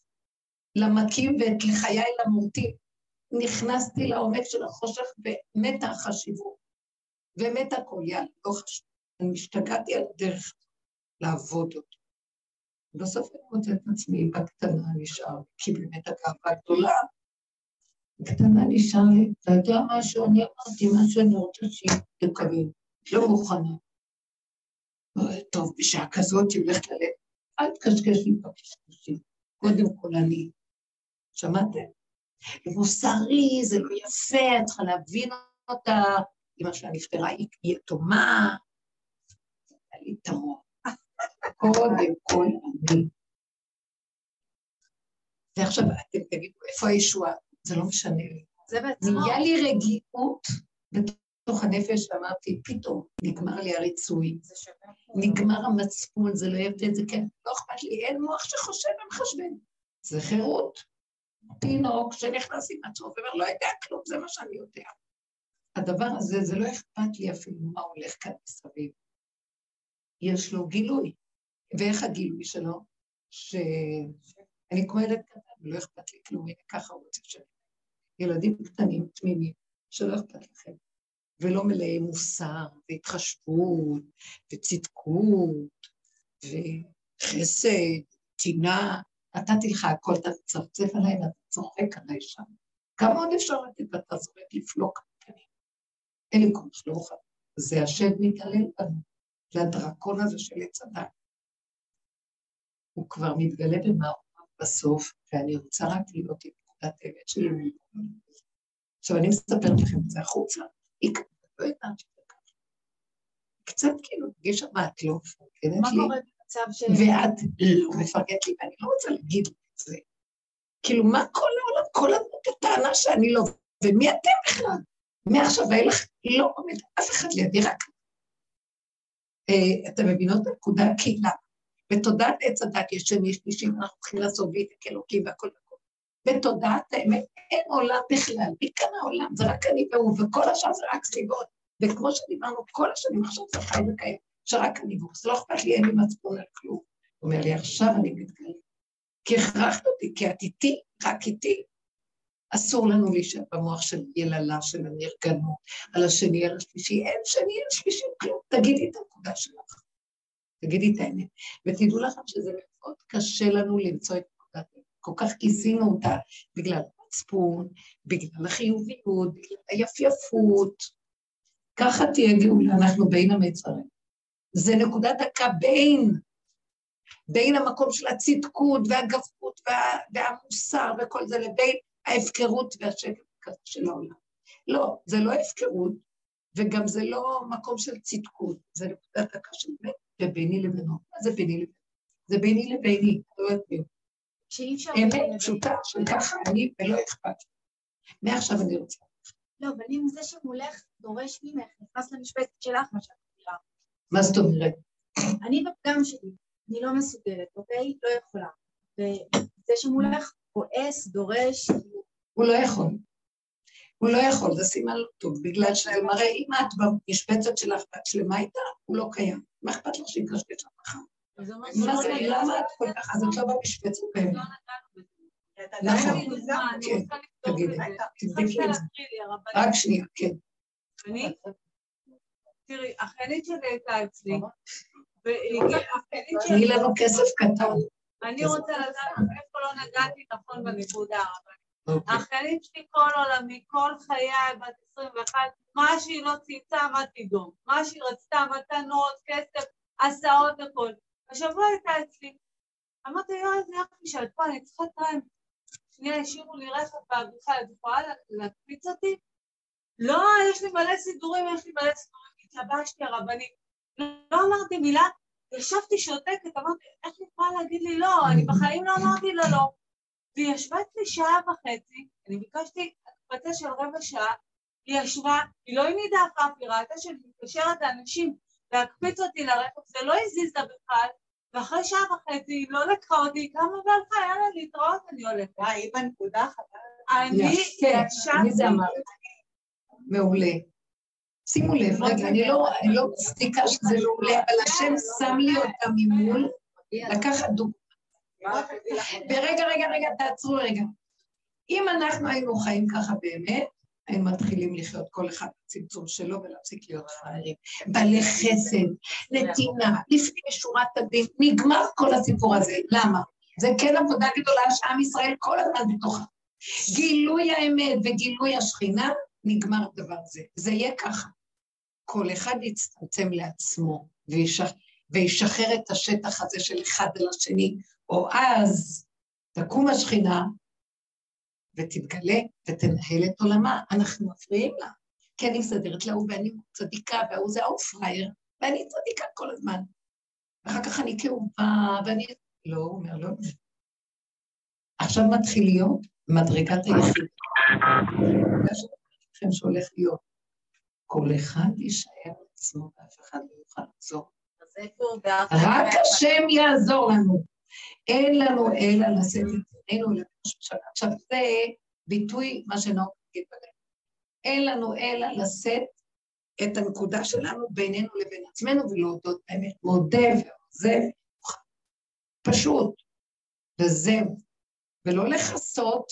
למקים ואת לחיי למורתי. נכנסתי לעומק של החושך ומתה החשיבות. ומתה כל יד, לא חשוב. אני משתגעתי על דרך לעבוד אותו. בסוף אני מוצא את עצמי בקטנה נשאר, כי באמת הגאווה גדולה. בקטנה נשאר לי, אתה יודע משהו, אני אמרתי מה שאני רוצה שתקבל, לא מוכנה. טוב, בשעה כזאת היא הולכת ללב, אל תקשקש לי בקשקשים, קודם כל אני, שמעתם? מוסרי, זה לא יפה, את צריכה להבין אותה, אמא שלה נפטרה, היא יתומה, היה לי תמור. קודם כל אני. ועכשיו אתם תגידו, איפה הישועה? זה לא משנה לי. זה בעצמו. נהיה לי רגיעות בתוך הנפש, ואמרתי, פתאום נגמר לי הריצוי, נגמר המצפון, זה לא יפה, זה כן, לא אכפת לי, אין מוח שחושב ומחשבן. זה חירות. תינוק שנכנס עם עצמו ואומר, לא יודע כלום, זה מה שאני יודע. הדבר הזה, זה לא אכפת לי אפילו מה הולך כאן מסביב. יש לו גילוי. ואיך הגילוי שלו? שאני כמו ילד קטן, לא אכפת לי כלום, הנה ככה רוצה שאני. ילדים קטנים, תמימים, שלא אכפת לכם. ולא מלאי מוסר, והתחשבות, וצדקות, וחסד, תינה. נתתי לך הכל, אתה צפצף עליי, ואתה צוחק עליי שם. כמה עוד אפשר לתת, ואתה זורק לפלוק קטנים. אין לי כוח, לא אוכל. זה השד מתעלל בנו. זה הדרקון הזה של הצדה. הוא כבר מתגלה במערב בסוף, ואני רוצה רק להיות עם נקודת האמת שלי. עכשיו אני מספרת לכם את זה החוצה, היא לא יודעת שזה ככה. קצת כאילו, פגישה ואת לא מפרגנת לי. מה קורה במצב ש... ואת לא מפרגנת לי, ואני לא רוצה להגיד את זה. כאילו, מה כל העולם, כל הטענה שאני לא, ומי אתם בכלל? מעכשיו ואילך לא עומד אף אחד לידי רק. אתם מבינות בנקודה הקהילה. בתודעת עץ הדת יש שני שלישי, אנחנו צריכים לעשות ויתק אלוקים והכל הכל. בתודעת האמת אין עולם בכלל, מי כאן העולם? זה רק אני והוא, וכל השאר זה רק סליבות. וכמו שדיברנו כל השנים, עכשיו זה חי וקיים, שרק אני והוא, זה לא אכפת לי, אין לי מצפון על כלום. הוא אומר לי, עכשיו אני מתגלה. כי הכרחת אותי, כי את איתי, רק איתי. אסור לנו להישאר במוח של יללה, של הנרגנות, על השני, על השלישי, אין שני, אין שלישי, כלום. תגידי את הנקודה שלך. תגידי את האמת. ותדעו לכם שזה מאוד קשה לנו למצוא את נקודת האמת. כל כך כיסינו אותה בגלל המצפון, בגלל החיוביות, בגלל היפייפות. ככה תהיה גאולה, אנחנו בין המצרים. זה נקודת הקה בין המקום של הצדקות והגברות והמוסר וכל זה, לבין ההפקרות והשקט של העולם. לא, זה לא הפקרות, וגם זה לא מקום של צדקות, זה נקודת הקה של בית, וביני לבינו. מה זה ביני לבינו? זה ביני לביני, לא יודעים. אמת פשוטה שככה אני ולא אכפת. מעכשיו אני רוצה. לא, אבל אם זה שמולך דורש ממך, נכנס למשפטת שלך, מה שאת אומרת. מה זאת אומרת? אני בפגם שלי, אני לא מסוגלת, אוקיי? לא יכולה. וזה שמולך כועס, דורש, הוא לא יכול. הוא לא יכול, זה סימן לא טוב, בגלל שזה מראה, אם את במשבצת שלך, ואת שלמה איתה, הוא לא קיים. מה אכפת לך שהיא קשקש לך? מה זה, למה את כל כך, אז את לא במשבצת באמת. נכון, כן, תגידי, תבדקי את זה. רק שנייה, כן. תראי, החנית שלי הייתה אצלי, תני לנו כסף קטן. אני רוצה לדעת איפה לא נגעתי נכון בנקודה, החנית שלי כל עולמי, כל חיי בת 21, מה שהיא לא צייצה, מה תדום, מה שהיא רצתה, מתנות, כסף, הסעות, הכל. השבוע הייתה אצלי, אמרתי, איזה יופי שאת פה, אני צריכה טיים. שנייה, השאירו לי רכב בהגופה, את יכולה להקפיץ אותי? לא, יש לי מלא סידורים, התלבשתי הרבנית. לא אמרתי מילה, ישבתי שותקת, אמרתי, איך היא יכולה להגיד לי לא? אני בחיים לא אמרתי לה לא. והיא ישבה אצלי שעה וחצי, אני ביקשתי הקפצה של רבע שעה, היא ישבה, היא לא העמידה אף, היא ראתה שאני מתקשרת לאנשים להקפיץ אותי לרכב, זה לא הזיז לה בכלל, ואחרי שעה וחצי היא לא לקחה אותי, כמה והלכה, יאללה, להתראות, אני הולכת. היא בנקודה חדש. אני ישבתי... מעולה. שימו לב, רגע, אני לא מסתיקה שזה מעולה, אבל השם שם לי אותה ממול, לקחת דוגמה. ורגע, תעצרו רגע. אם אנחנו היינו חיים ככה באמת, היינו מתחילים לחיות כל אחד בצמצום שלו ולהפסיק להיות פראיירים. בעלי חסד, נתינה, לפני שורת הדין, נגמר כל הסיפור הזה. למה? זה כן עבודה גדולה שעם ישראל כל הזמן בתוכה. גילוי האמת וגילוי השכינה, נגמר דבר זה. זה יהיה ככה. כל אחד יצטמצם לעצמו וישחרר את השטח הזה של אחד אל השני, או אז תקום השכינה ותתגלה ותנהל את עולמה. אנחנו מפריעים לה, כי אני מסדרת לה, ואני צדיקה, והוא זה פראייר, ואני צדיקה כל הזמן. ואחר כך אני כאובה, ואני... לא, הוא אומר, לא. עכשיו מתחיל להיות מדרגת היחיד. לכם שהולך להיות. כל אחד יישאר לעצמו, ואף אחד לא יוכל לחזור. רק השם יעזור לנו. אין לנו אלא לשאת את עינינו לראש השנה. עכשיו זה ביטוי מה שנאמר להגיד בגלל. אין לנו אלא לשאת את הנקודה שלנו בינינו לבין עצמנו ולהודות באמת. מודה ועוזב. פשוט. וזהו. ולא לחסות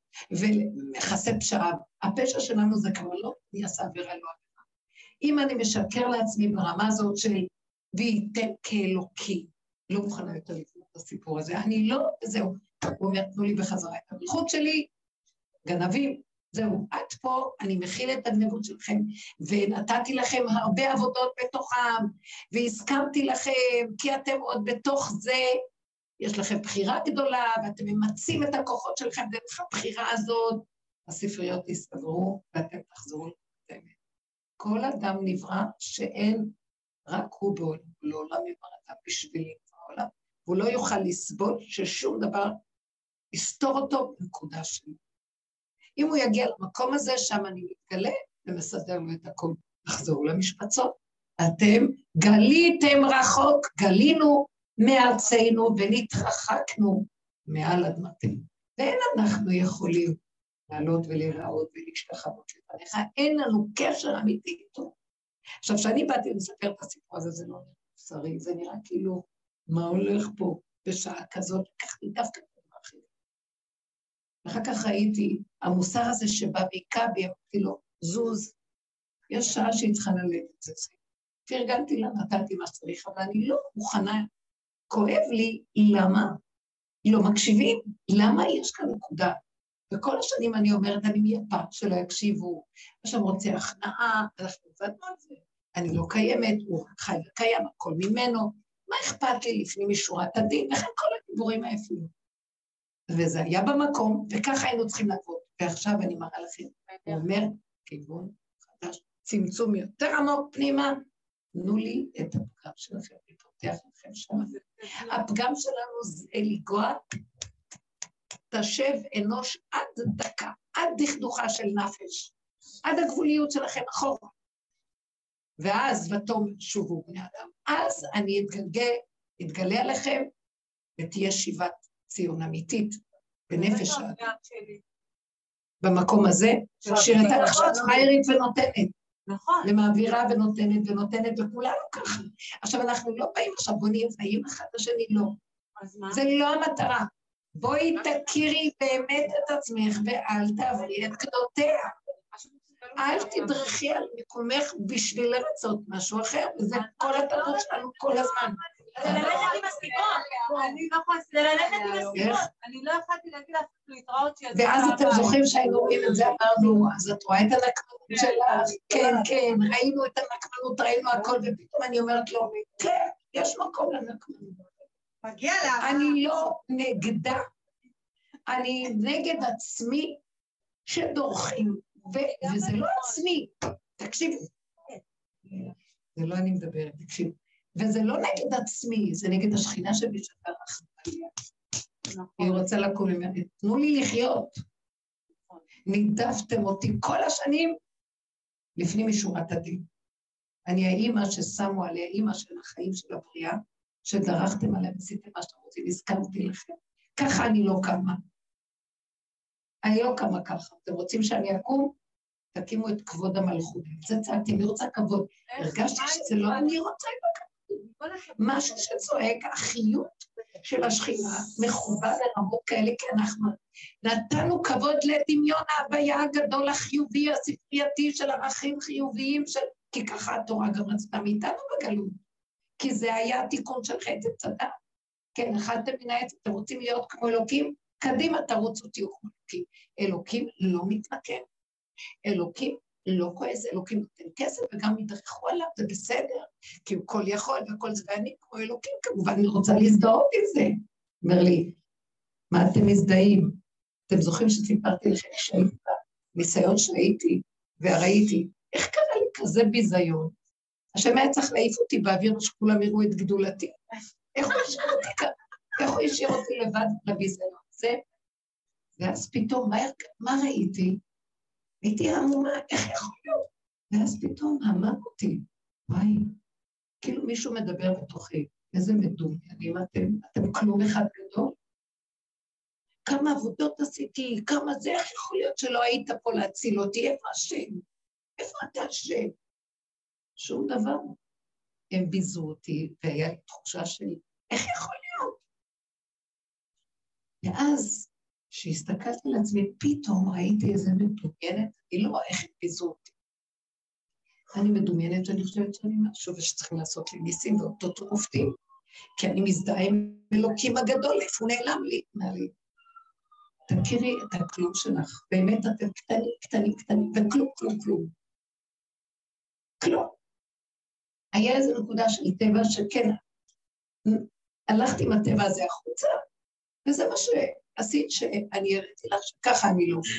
ומחסה פשעה. הפשע שלנו זה כבר לא, אני אעשה עבירה לא עבירה. אם אני משקר לעצמי ברמה הזאת של וייתן כאלוקי, לא מוכנה יותר לפנות את הסיפור הזה, אני לא, זהו. הוא אומר, תנו לי בחזרה את המלכות שלי, גנבים, זהו, את פה, אני מכיל את הגנבות שלכם, ונתתי לכם הרבה עבודות בתוכם, והסכמתי לכם, כי אתם עוד בתוך זה, יש לכם בחירה גדולה, ואתם ממצים את הכוחות שלכם, דרך הבחירה הזאת, הספריות יסתגרו, ואתם תחזרו באמת. כל אדם נברא שאין, רק הוא בעולם יברא בשבילי בעולם, והוא לא יוכל לסבול ששום דבר יסתור אותו בנקודה שלו. אם הוא יגיע למקום הזה, שם אני מתגלה ומסדר לו את הכל. תחזרו למשפצות. אתם גליתם רחוק, גלינו מארצנו ונתרחקנו מעל אדמתנו. ואין אנחנו יכולים לעלות ולהיראות ולהשתחוות לפניך, אין לנו קשר אמיתי איתו. עכשיו, כשאני באתי לספר את הסיפור הזה, זה לא נראה בשרי, זה נראה כאילו, מה הולך פה בשעה כזאת, לקחתי דווקא דבר אחר. ואחר כך ראיתי, המוסר הזה שבא ויקע בי, אמרתי לו, זוז, יש שעה שהיא צריכה ללדת את זה. פרגנתי לה, נתתי מה שצריך, אבל אני לא מוכנה, כואב לי, למה? לא מקשיבים, למה יש כאן נקודה? וכל השנים אני אומרת, אני מייפה שלא יקשיבו, עכשיו רוצה הכנעה, אנחנו עבדנו על זה, אני לא קיימת, הוא חי וקיים, הכל ממנו, מה אכפת לי לפני משורת הדין, וכן כל הדיבורים האפילו. וזה היה במקום, וככה היינו צריכים לעבוד, ועכשיו אני מראה לכם, הוא אומר, כיוון חדש, צמצום יותר עמוק פנימה, תנו לי את הפגם שלכם, אני פותח לכם שם. הפגם שלנו זה לגוע, תשב אנוש עד דקה, עד דכדוכה של נפש, עד הגבוליות שלכם אחורה. ואז ותאמר שובו בני אדם, אז אני אתגלה עליכם, ותהיה שיבת ציון אמיתית, בנפש האדם. במקום הזה, שהייתה לך שאת פריירית ונותנת. נכון. למעבירה ונותנת ונותנת, וכולנו ככה. עכשיו אנחנו לא באים עכשיו, בוא נהיה באים אחד השני, לא. זה לא המטרה. בואי תכירי באמת את עצמך ואל תעברי את גדותיה. אל תדרכי על מקומך בשביל לרצות משהו אחר, וזה כל התרבות שלנו כל הזמן. זה ללכת עם הסיבות. זה ללכת עם הסיבות. אני לא יכולתי להגיד לך להתראות שיצא. ואז אתם זוכרים שהיינו רואים את זה, אמרנו, אז את רואה את הנקמנות שלך? כן, כן, ראינו את הנקמנות, ראינו הכל, ופתאום אני אומרת לו, כן, יש מקום לנקמנות. מגיע לך. אני לא נגדה, אני נגד עצמי שדורכים, וזה לא עצמי, תקשיבו. זה לא אני מדברת, תקשיבו. וזה לא נגד עצמי, זה נגד השכינה שלי שאתה רחבה עליה. היא רוצה לקום ממני, תנו לי לחיות. נידפתם אותי כל השנים לפני משורת הדין. אני האימא ששמו עליה, האימא של החיים של הבריאה, שדרכתם עליה ועשיתם מה שאתם רוצים, הסכמתי לכם. ככה אני לא קמה. אני לא קמה ככה. אתם רוצים שאני אקום? תקימו את כבוד המלכות. זה צעקתי, אני רוצה כבוד. הרגשתי שזה לא, אני רוצה את הכבוד. משהו שצועק, החיות של השכינה מכובה לרמות כאלה, כי אנחנו נתנו כבוד לדמיון ההוויה הגדול החיובי, הספרייתי של ערכים חיוביים, כי ככה התורה גם רצתה מאיתנו בגלות, כי זה היה התיקון של חטא צדק. כן, אכלתם מן העץ, אתם רוצים להיות כמו אלוקים? קדימה, תרוצו תהיו כמו אלוקים. אלוקים לא מתמקם, אלוקים לא כועס, אלוקים נותן כסף וגם ידרכו עליו, זה בסדר, כי הוא כל יכול וכל זה, ואני כמו אלוקים כמובן, אני רוצה להזדהות עם זה. אומר לי, מה אתם מזדהים? אתם זוכרים שסיפרתי לכם שהייתי בניסיון שהייתי והראיתי, איך קרה לי כזה ביזיון? השם היה צריך להעיף אותי באוויר שכולם יראו את גדולתי. איך הוא השאיר אותי כאן? איך הוא השאיר אותי לבד לביזיון? זה, ואז פתאום, מה ראיתי? הייתי המומה, איך יכול להיות? ואז פתאום אמר אותי, וואי, כאילו מישהו מדבר בתוכי, איזה מדומיינים אתם כלום אחד גדול. כמה עבודות עשיתי, כמה זה, איך יכול להיות שלא היית פה להציל אותי, איפה השם? איפה אתה השם? שום דבר. הם ביזו אותי, והיה לי תחושה של, איך יכול להיות? ואז, כשהסתכלתי על עצמי, פתאום ראיתי איזה מדומיינת, אני לא רואה איך הם ביזו אותי. אני מדומיינת ואני חושבת שאני משהו, ושצריכים לעשות לי ניסים ואותות ומופתים, כי אני מזדהה עם אלוקים הגדול, איפה הוא נעלם לי? לי. תכירי את הכלום שלך, באמת אתם קטנים, קטנים, קטנים, וכלום, כלום, כלום. כלום. היה איזו נקודה של טבע שכן, הלכתי עם הטבע הזה החוצה, וזה מה שעשית שאני הראיתי לך שככה אני לא.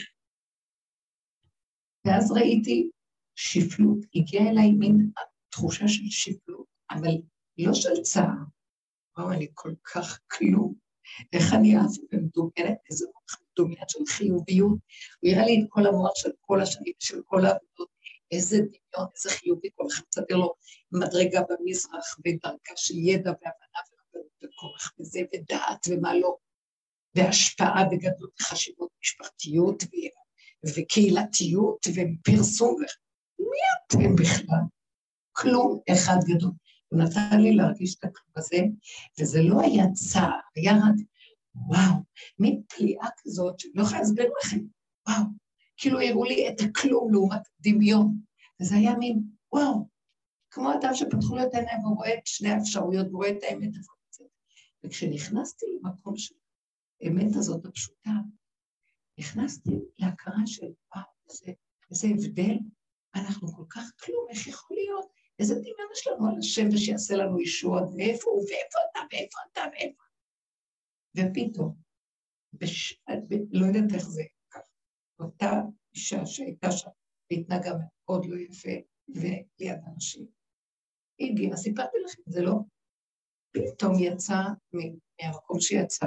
ואז ראיתי שפלות, הגיעה אליי מין תחושה של שפלות, אבל לא של צער. וואו, אני כל כך כלום. איך אני אעשה ומדומיינת, איזה מדומיינת של חיוביות. הוא הראה לי את כל המוח של כל השנים, של כל העבודות, איזה דמיון, איזה חיובי, כל אחד מסדר לו מדרגה במזרח, ודרכה של ידע והבנה וכוח וזה, ודעת ומה לא, והשפעה וגדלות וחשיבות משפחתיות וקהילתיות ופרסום. מי אתם בכלל? כלום אחד גדול. הוא נתן לי להרגיש את הכלום הזה, וזה לא היה צער, היה רק, וואו, מין פליאה כזאת, שאני לא יכולה להסביר לכם, וואו, כאילו הראו לי את הכלום לעומת דמיון, וזה היה מין, וואו, כמו אדם שפתחו לו את העיניים, והוא רואה את שני האפשרויות, והוא רואה את האמת הזאת. וכשנכנסתי למקום של האמת הזאת הפשוטה, נכנסתי להכרה של, וואו, איזה הבדל, אנחנו כל כך כלום, איך יכול להיות? איזה דמיון יש לנו על השם ושיעשה לנו ישועות, ואיפה הוא, ואיפה אתה, ואיפה אתה, ואיפה. ופתאום, לא יודעת איך זה ככה, אותה אישה שהייתה שם, והתנהגה מאוד לא יפה, וליד אנשים. הגיעה, סיפרתי לכם, זה לא. פתאום יצא מהמקום שיצא,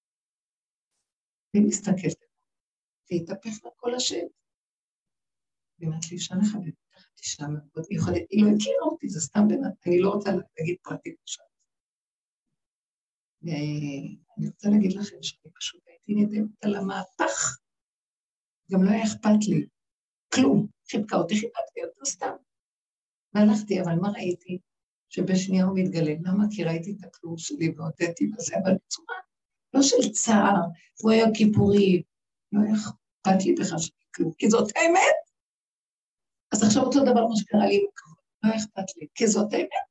והיא מסתכלת, והתהפך לה כל השם. ואמרת לי, שאני חייבת תחת אישה מאוד מיוחדת, היא לא הכירה אותי, זה סתם באמת, אני לא רוצה להגיד פרטים עכשיו. ואני רוצה להגיד לכם שאני פשוט הייתי נדמת על המהפך גם לא היה אכפת לי, כלום, חיבקה אותי, חיבקתי אותו סתם. והלכתי, אבל מה ראיתי? שבשנייה הוא מתגלה. למה? כי ראיתי את הכלום שלי והודעתי בזה, אבל בצורה לא של צער, הוא היה כיפורי, לא היה אכפת לי בכלל של כלום, כי זאת האמת. אז עכשיו אותו דבר מה שקרה לי, לא היה אכפת לי, כי זאת האמת.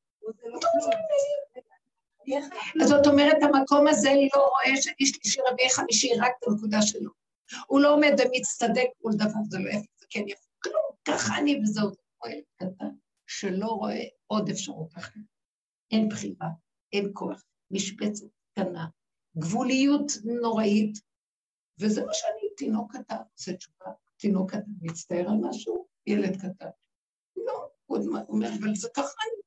אז זאת אומרת, המקום הזה לא רואה שני שלישי רביעי חמישי רק את הנקודה שלו. הוא לא עומד ומצטדק כל דבר, זה לא יפה, זה כן יפה, כלום, ככה אני וזהו, זה כמו ילד קטן, שלא רואה עוד אפשרות אחרת. אין בחירה, אין כוח, משבצת קטנה, גבוליות נוראית, וזה מה שאני, תינוק קטן, עושה תשובה, תינוק קטן, מצטער על משהו, ילד קטן. לא, הוא אומר, אבל זה ככה אני.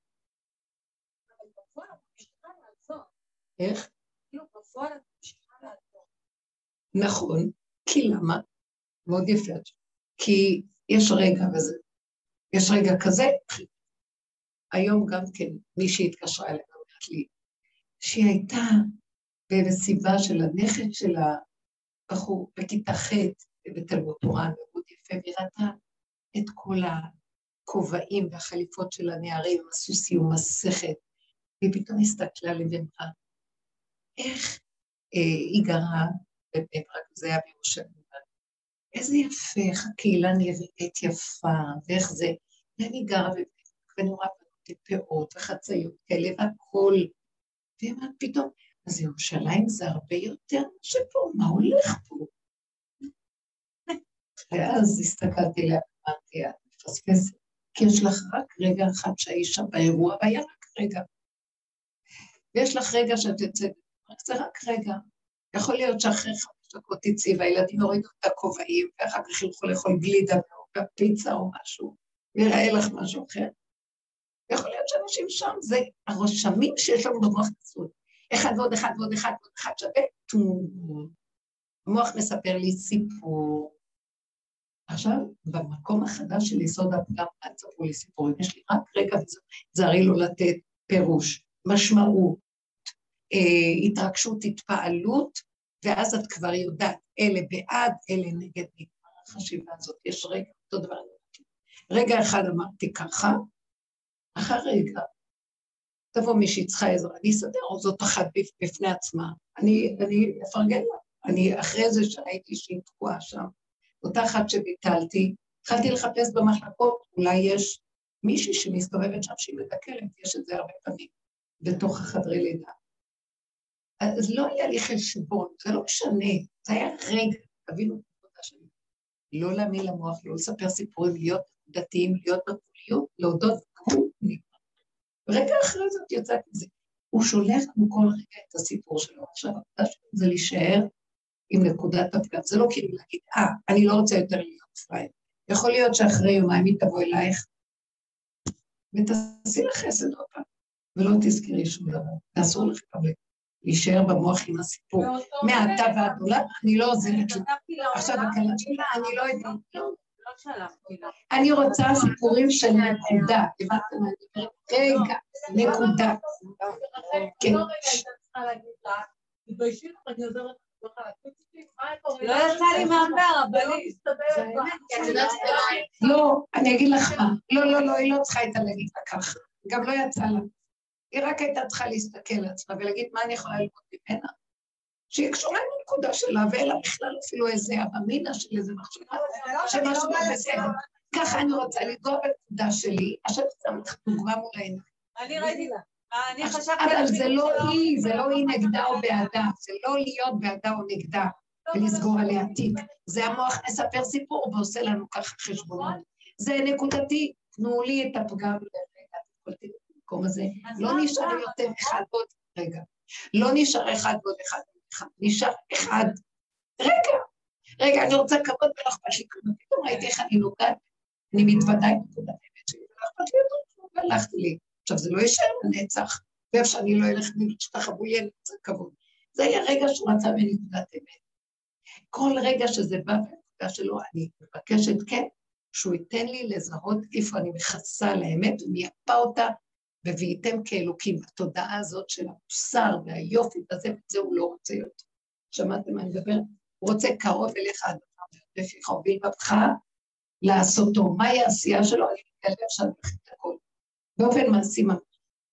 איך? כאילו בפועל את ממשיכה לעזור. נכון, כי למה? מאוד יפה. כי יש רגע וזה, יש רגע כזה, היום גם כן מישהי התקשרה אליי, אומרת לי, שהיא הייתה במסיבה של הנכד של הבחור בכיתה ח' בתלמוד תורה, מאוד יפה, והיא ראתה את כל הכובעים והחליפות של הנערים, עשו סיום מסכת, והיא פתאום הסתכלה לבנך, איך היא גרה בבני ברק, זה היה בירושלים, איזה יפה, איך הקהילה נראית יפה, ואיך זה, ואני גרה בבני ברק, ואני רואה פאות וחצאיות כאלה והכל, ואמרת פתאום, אז ירושלים זה הרבה יותר שפה, מה הולך פה? ואז הסתכלתי לה, אמרתי, את מפספסת, כי יש לך רק רגע אחד שהאישה באירוע, והיה רק רגע. ויש לך רגע שאת יוצאת, זה רק רגע. יכול להיות שאחרי 5 דקות תצאי, והילדים יורידו את הכובעים, ואחר כך ילכו לאכול גלידה, או פיצה או משהו, ויראה לך משהו אחר. יכול להיות שאנשים שם, זה הרושמים שיש לנו במוח נצרות. 1 ועוד 1 ועוד 1 ועוד 1 שווה, המוח מספר לי סיפור. עכשיו, במקום החדש של יסוד הפגם, אל תספרו לי סיפורים, יש לי רק רגע וזרי לו לתת פירוש, משמעות, התרגשות, התפעלות, ואז את כבר יודעת, אלה בעד, אלה נגד נגמר החשיבה הזאת. יש רגע, אותו דבר. רגע אחד אמרתי ככה, אחר רגע, תבוא מישהי צריכה עזרה, אני אסדר, או זאת אחת בפני עצמה, אני אפרגן לה, אני אחרי זה שהייתי שהיא תקועה שם, אותה אחת שביטלתי, התחלתי לחפש במחלקות, אולי יש מישהי שמסתובבת שם שהיא מדקלת, יש את זה הרבה פעמים, בתוך החדרי לידה. אז לא היה לי חשבון, זה לא משנה, זה היה רגע, תבינו את העבודה שלי, לא להאמין למוח, לא לספר סיפורים, להיות דתיים, להיות בפוליות, להודות כמו נגמר. רגע אחרי זאת יוצאת מזה, הוא שולח לנו כל רגע את הסיפור שלו, עכשיו העבודה שלו זה להישאר עם נקודת הפגם, זה לא כאילו להגיד, אני לא רוצה יותר להיות פראייר, יכול להיות שאחרי יומיים היא תבוא אלייך, ותעשי לך חסד עוד פעם, ולא תזכרי שום דבר, ואסור לך גם להישאר במוח עם הסיפור, מעתה ועד עולם, אני לא עוזבת לו, עכשיו הקלה שלה, אני לא יודעת, אני רוצה סיפורים של נקודה, הבנתם מה אני אומרת? רגע, נקודה. כן. לא יצא לי מהפר, אבל לא, אני אגיד לך מה, לא, היא לא צריכה הייתה להגיד לה ככה, גם לא יצא לה. היא רק הייתה צריכה להסתכל לעצמה ולהגיד מה אני יכולה ללמוד ממנה. שהיא קשורה עם הנקודה שלה, ואלה בכלל אפילו איזה אמינה של איזה מחשבה, שמשהו לא בסדר. ככה אני רוצה לגוע בנקודה שלי, עכשיו שם לך דוגמה מול העיניים. אני ראיתי לה. אבל זה לא היא, זה לא היא נגדה או בעדה, זה לא להיות בעדה או נגדה, ולסגור עליה תיק. זה המוח מספר סיפור ועושה לנו ככה חשבונות. זה נקודתי, תנו לי את הפגם לרגע, במקום הזה. לא נשאר יותר אחד ועוד רגע. לא נשאר אחד ועוד אחד. נשאר אחד. רגע, אני רוצה כבוד ולא אכפת לי כבוד. פתאום ראיתי איך אני נוגעת, אני מתוודע עם נקודת האמת שלי, ולא אכפת לי יותר, והלכתי לי. עכשיו, זה לא יישאר לנצח, ואיפה שאני לא אלך שתחבו לי, אני רוצה כבוד. זה היה רגע שהוא רצה מנקודת אמת. כל רגע שזה בא בנקודה שלו, אני מבקשת כן, שהוא ייתן לי לזהות איפה אני מכסה לאמת, ומייפה אותה, וויתם כאלוקים, בתודעה הזאת של המוסר והיופי, וזה הוא לא רוצה יותר. שמעתם מה אני מדבר? הוא רוצה קרוב אליך עד הפעם. לפיך ובלבבך לעשותו. מהי העשייה שלו? אני מתגלה עכשיו את הכל. באופן מעשי ממש.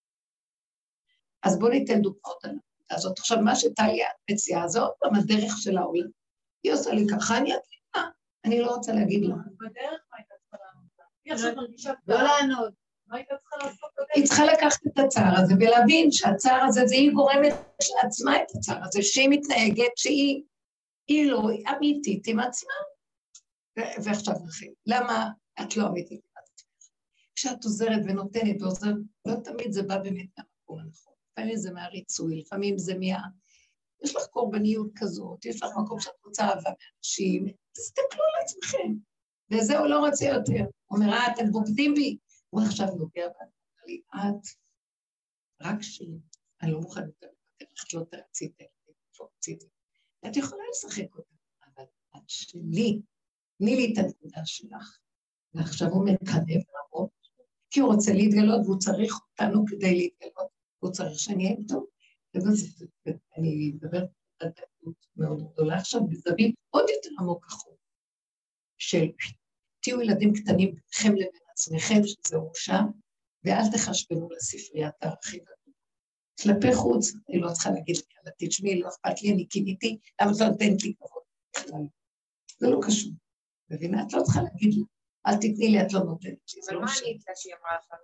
אז בואו ניתן דוגמאות על הנקודה הזאת. עכשיו, מה שטליה מציעה זאת, גם הדרך של העולם. היא עושה לי ככה, אני אתלינה. אני לא רוצה להגיד לה. בדרך מה הייתה צריכה לענות? היא עכשיו מרגישה לא לענות. מה הייתה צריכה לעשות? היא צריכה לקחת את הצער הזה, ולהבין שהצער הזה, זה היא גורמת לעצמה את הצער הזה, שהיא מתנהגת, שהיא לא אמיתית עם עצמה. ועכשיו נכין, למה את לא אמיתית עם עצמך? כשאת עוזרת ונותנת ועוזרת, לא תמיד זה בא באמת מהמקום הנכון. לפעמים זה מהריצוי, לפעמים זה יש לך קורבניות כזאת, יש לך מקום שאת רוצה אהבה מאנשים, תסתכלו על עצמכם. וזהו, לא רוצה יותר. הוא אומר, אתם בוגדים בי. הוא עכשיו נוגע לי, את רק שלי, אני לא מוכן יותר, את לא תרצית, את יכולה לשחק אותה, אבל את שלי, תני לי את הנקודה שלך, ועכשיו הוא מקנב רבות, כי הוא רוצה להתגלות, והוא צריך אותנו כדי להתגלות, הוא צריך שאני אהיה איתו, אני מדברת על דקות מאוד גדולה עכשיו, בזווית עוד יותר עמוק החוק, של תהיו ילדים קטנים ביניכם לבין עצמכם, שזה ראשה, ואל תחשבנו לספריית הערכים. כלפי חוץ, אני לא צריכה להגיד לי, אבל תשמעי, לא אכפת לי, אני קיניתי, למה את לא נותנת לי כבוד? זה לא קשור. מבינה? את לא צריכה להגיד לי, אל תתני לי, את לא נותנת לי. אבל מה ענית לה שהיא אמרה לך?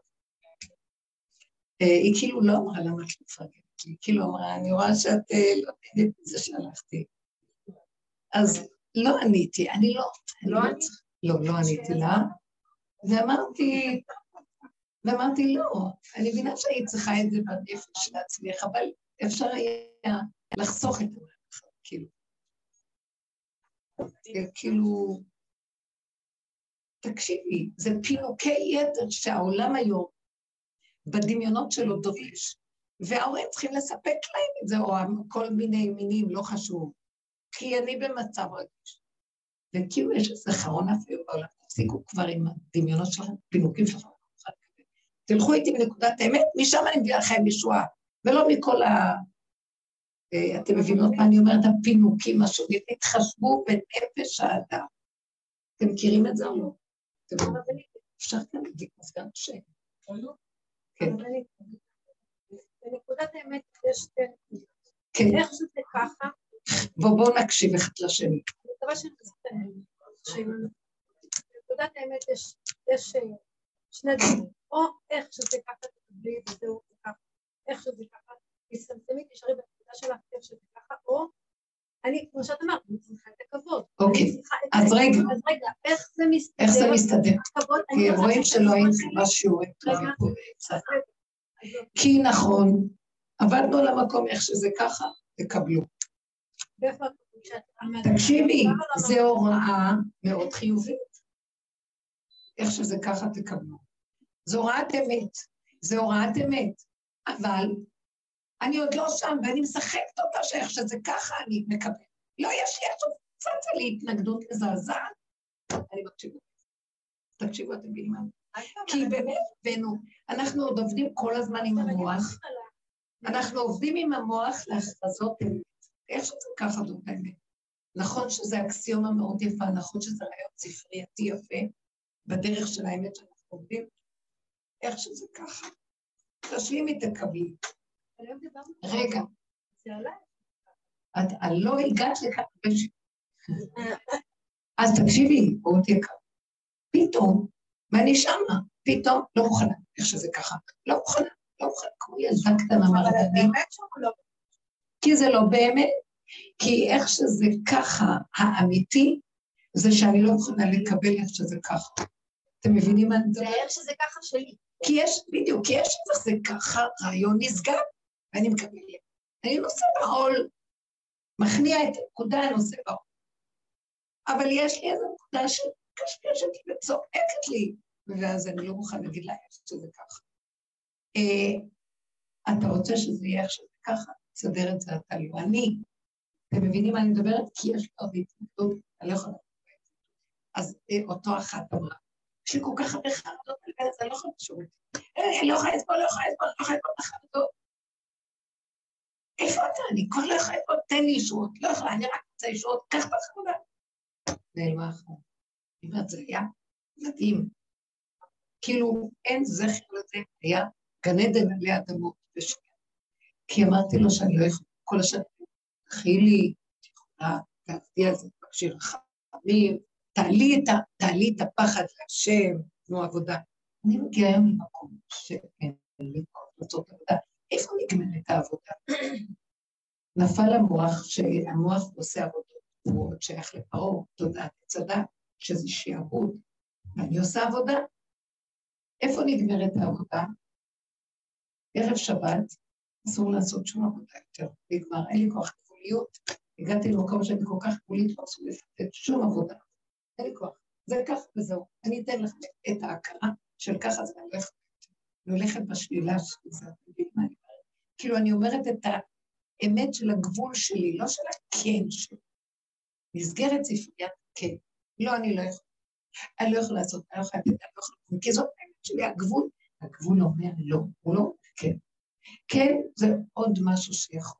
היא כאילו לא אמרה למה את לא פרגנת לי, היא כאילו אמרה, אני רואה שאת לא נהנית מזה שהלכתי. אז לא עניתי, אני לא עניתי לה, ואמרתי לא, אני מבינה שהיא צריכה את זה בנפש של עצמך, אבל אפשר היה לחסוך את זה, כאילו, תקשיבי, זה פינוקי יתר שהעולם היום, בדמיונות שלו דורש, וההורים צריכים לספק להם את זה, או כל מיני מינים, לא חשוב, כי אני במצב רגיש. וכאילו יש איזה חרון אפילו בעולם, תפסיקו כבר עם הדמיונות שלכם, פינוקים שלכם, תלכו איתי בנקודת האמת, משם אני מביא לכם ישועה, ולא מכל אתם מבינות מה אני אומרת, הפינוקים השונים, תתחשבו בנפש האדם. אתם מכירים את זה או לא? אפשר כאן להדליק מזגן שם. כן. בנקודת האמת יש שתי נקודות. כן. איך שזה ככה? בואו נקשיב אחד לשני. אני מקווה בנקודת האמת יש שני דברים. או איך שזה ככה תקבלי וזהו ככה. איך שזה ככה. תסתמי תשארי בנקודה שלך איך שזה ככה. או אני, כמו שאת אמרת, אני צריכה את הכבוד. אוקיי, אז רגע, איך זה מסתדר? איך זה מסתדר? כי רואים שלא הייתי בשיעורים טובים. כי נכון, עבדנו על המקום איך שזה ככה, תקבלו. תקשיבי, זה הוראה מאוד חיובית. איך שזה ככה תקבלו. זו הוראת אמת, זה הוראת אמת, אבל אני עוד לא שם, ואני משחקת אותה שאיך שזה ככה אני מקבל. לא, יש עוד קצת לי התנגדות מזעזעת. אני מקשיבו. תקשיבו, אתם מבינים מה? כי באמת, אנחנו עוד עובדים כל הזמן עם המוח. אנחנו עובדים עם המוח להכרזות אמת. איך שזה ככה דו באמת? נכון שזה אקסיומה מאוד יפה, נכון שזה רעיון ספרייתי יפה, בדרך של האמת שאנחנו עובדים. איך שזה ככה? תשלימי תקבלי. רגע. את לא הגעת לכאן. אז תקשיבי, בואו תקע. פתאום, ואני שמה, פתאום לא מוכנה, איך שזה ככה. לא מוכנה, כמו ילדה קטנה מרדנית. כי זה לא באמת. כי איך שזה ככה, האמיתי, זה שאני לא מוכנה לקבל איך שזה ככה. אתם מבינים מה אני מדבר? זה איך שזה ככה שלי. כי יש, בדיוק, כי יש איך זה ככה, רעיון נסגר, ואני מקבלת. אני נושא בעול, מכניע את הנקודה, נושא בעול. אבל יש לי איזו נקודה שקשקשת לי וצועקת לי, ואז אני לא מוכן להגיד לה איך שזה ככה. אתה רוצה שזה יהיה איך שזה ככה? תסדר את זה אתה לא. אתם מבינים מה אני מדברת? כי יש לי עוד התנגדות, אני לא יכולה לדבר. אז אותו אחת אמרה, יש לי כל כך הרבה חרדות, אני לא יכולה לשאול אותי. אני לא יכולה לסבול, לא יכולה לסבול חרדות. איפה אתה? אני כבר לא יכולה לסבול, תן לי ישועות, לא יכולה, אני רק רוצה ישועות, קח את החרדה. נעלמה אחת. אני אומרת, זה היה מדהים. כאילו, אין זכר לזה, היה גן עדן עלי אדמות בשביל. כי אמרתי לו שאני לא יכולה, כל השנה, תחי לי, תכולה, תעבדי על זה, תבקשי רחמים, תעלי את הפחד להשם, תנו עבודה. אני מגיעה היום למקום שאין לי לעשות עבודה. איפה נגמרת העבודה? נפל המוח, שהמוח עושה עבודות, הוא עוד שייך לפרעה, תודעת צדה, שזה שיעבוד, ואני עושה עבודה. איפה נגמרת העבודה? ערב שבת, אסור לעשות שום עבודה יותר, נגמר, אין לי כוח גבוליות, הגעתי למקום שאני כל כך גבולית, לא אסור לתת שום עבודה, אין לי כוח, זה ככה וזהו, אני אתן לך את ההכרה של ככה זה אני הולכת בשלילה של זה, כאילו אני אומרת את האמת של הגבול שלי, לא של הכן שלי, מסגרת ספריית כן, לא, אני לא יכולה, אני לא יכולה לעשות, אני לא יכולה לתת, אני לא יכולה, כי זאת האמת שלי, הגבול אומר לא, הוא לא כן. כן, זה עוד משהו שיכול.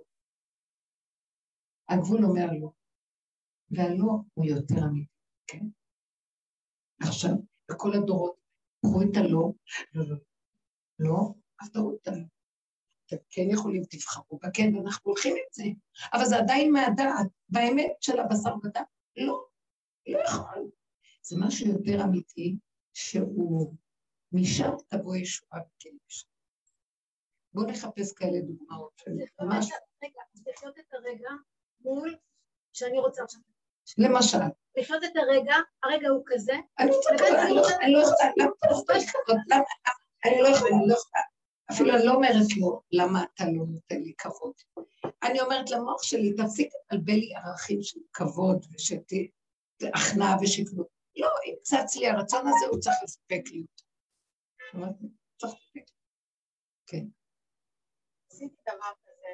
הגבול אומר לא, והלא הוא יותר אמיתי, כן? עכשיו, בכל הדורות, קחו את הלא, לא, אז תראו את הלא. אתם כן יכולים, תבחרו בכן, ואנחנו הולכים עם זה, אבל זה עדיין מהדעת, באמת של הבשר ודם, לא יכול. זה משהו יותר אמיתי, שהוא משם תבוא ישועה וכן ישועה. בואו נחפש כאלה דוגמאות. רגע, אז לחיות את הרגע מול שאני רוצה עכשיו. למשל. לחיות את הרגע הוא כזה. אני לא יכולה, אני לא יכולה. אפילו אני לא אומרת לו, למה אתה לא נותן לי כבוד. אני אומרת למוח שלי, תפסיק לבלבל לי ערכים של כבוד ושהכנעה ושפלות. לא, אם צץ לי הרצון הזה, הוא צריך לספק לי אותו. צריך לספק לי. כן. עשיתי דבר כזה,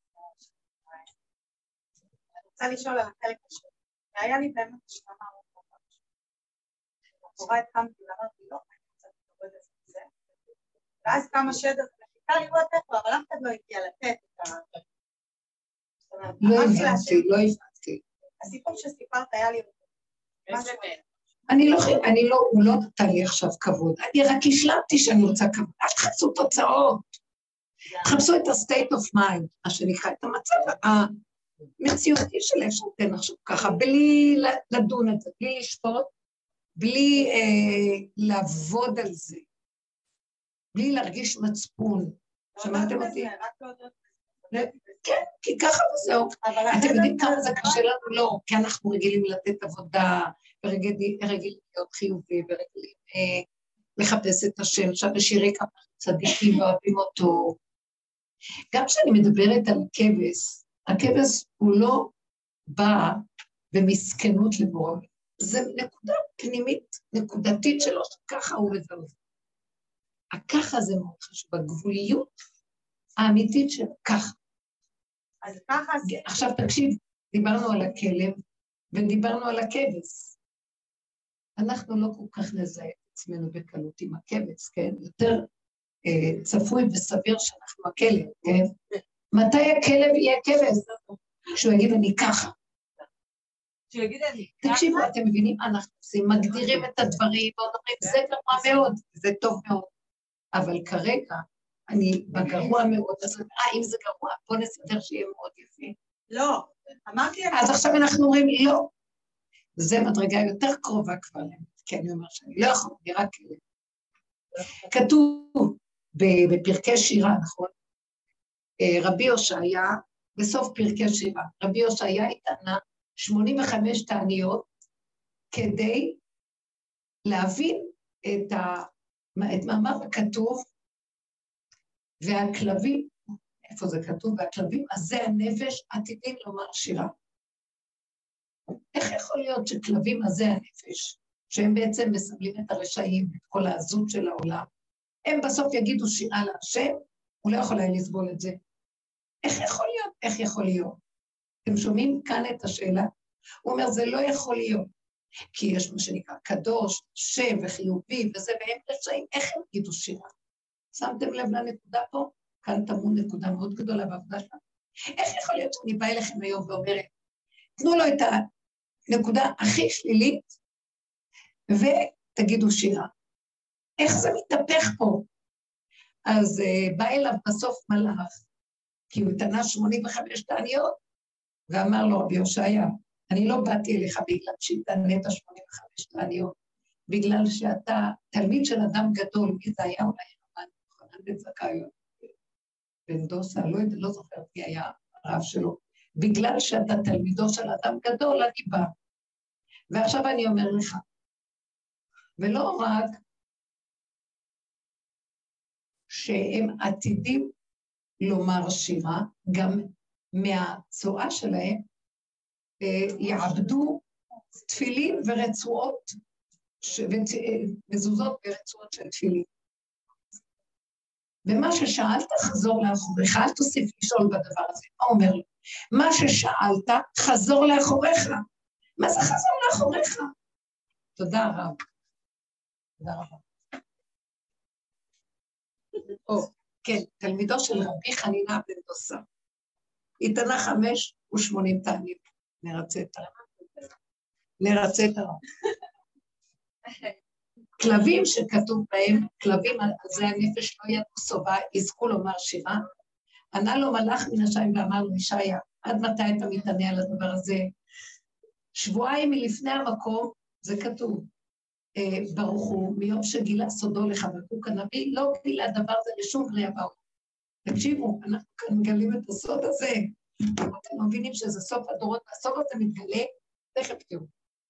אני רוצה לשאול על החלק השני, והיה לי באמת השלמה מאוד מאוד. בקורה התקמתי ואמרתי, לא, אני רוצה להתקבל את זה, ואז כמה שדר, וחיכה לראות איפה, אבל אף אחד לא הגיע לתת את ה... לא הבנתי. הסיפור שסיפרת היה לי... הוא לא נתן לי עכשיו כבוד, אני רק השלמתי שאני רוצה כבוד, אל תחפשו תוצאות, תחפשו את ה-state of mind, מה שנקרא, את המצב המציאותי של איך שאתן עכשיו ככה, בלי לדון את זה, בלי לשפוט, בלי לעבוד על זה, בלי להרגיש מצפון, שמעתם אותי? כן, כי ככה וזהו. אתם יודעים כמה זה קשה לנו? לא, כי אנחנו רגילים לתת עבודה, ורגילים להיות חיובי, ורגילים לחפש את השם, שבשירי כמה צדיקים ואוהבים אותו. גם כשאני מדברת על כבש, הכבש הוא לא בא במסכנות לבורא, זה נקודה פנימית, נקודתית שלו, ככה הוא וזהו. הככה זה מאוד חשוב, הגבוליות האמיתית של ככה. אז ככה... עכשיו תקשיב, דיברנו על הכלב ודיברנו על הכבש. אנחנו לא כל כך נזהה את עצמנו בקלות עם הכבש, כן? יותר צפוי וסביר שאנחנו הכלב, כן? מתי הכלב יהיה כבש? כשהוא יגיד אני ככה. תקשיבו, אתם מבינים מה אנחנו עושים, מגדירים את הדברים ואומרים, זה גרוע מאוד, זה טוב מאוד. אבל כרגע, אני בגרוע מאוד, אז אם זה גרוע, בוא נסדר שיהיה מאוד יפה. לא, אמרתי... אז עכשיו אנחנו אומרים, לא. זה מדרגה יותר קרובה כבר להם, כי אני אומר שאני לא יכול, אני רק... כתוב בפרקי שירה, נכון? רבי הושעיה, בסוף פרקי שירה, רבי הושעיה התענה 85 תעניות, כדי להבין את מאמר הכתוב, והכלבים, איפה זה כתוב? והכלבים, אז זה הנפש, עתידים לומר שירה. איך יכול להיות שכלבים הזה הנפש, שהם בעצם מסמלים את הרשעים, את כל העזות של העולם, הם בסוף יגידו שירה להשם, הוא לא יכול היה לסבול את זה. איך יכול להיות? איך יכול להיות? אתם שומעים כאן את השאלה? הוא אומר, זה לא יכול להיות, כי יש מה שנקרא קדוש, שם וחיובי וזה, והם רשעים, איך הם יגידו שירה? שמתם לב לנקודה פה? כאן תמון נקודה מאוד גדולה בעבודה שלנו. איך יכול להיות שאני באה אליכם היום ואומרת, תנו נקודה הכי שלילית, ותגידו שירה. איך זה מתהפך פה? אז בא אליו בסוף מלאך, כי הוא תנה 85 תעניות, ואמר לו רבי יושעיה, אני לא באתי אליך בגלל שהתענית 85 תעניות, בגלל שאתה תלמיד של אדם גדול, מי זה היה אולי חנן בן זכאי, בן דוסה, לא זוכר מי היה הרב שלו, בגלל שאתה תלמידו של אדם גדול, אני בא. ועכשיו אני אומר לך, ולא רק שהם עתידים לומר שירה, גם מהצועה שלהם יעבדו תפילין ורצועות, מזוזות ורצועות של תפילין. ומה ששאלת חזור לאחוריך, אל תוסיף לשאול בדבר הזה, מה אומר לי? מה ששאלת חזור לאחוריך. מה זה חזור לאחוריך? תודה רב. תודה רבה. כן, תלמידו של רבי חנינה בן דוסה. היא תנה 85 תענית. נרצה את הרב. כלבים שכתוב בהם, כלבים על זה הנפש לא ידעו סובה, יזכו לומר שירה. ענה לו מלאך מן השמיים ואמר לו, ישעיה, עד מתי אתה מתענה על הדבר הזה? שבועיים מלפני המקום, זה כתוב, ברוך הוא, מיום שגילה סודו לחבקוק הנביא, לא גילה דבר זה לשום בריאה בעולם. תקשיבו, אנחנו כאן מגלים את הסוד הזה, אתם מבינים שזה סוף הדורות, והסוף הזה מתגלה, תכף תראו.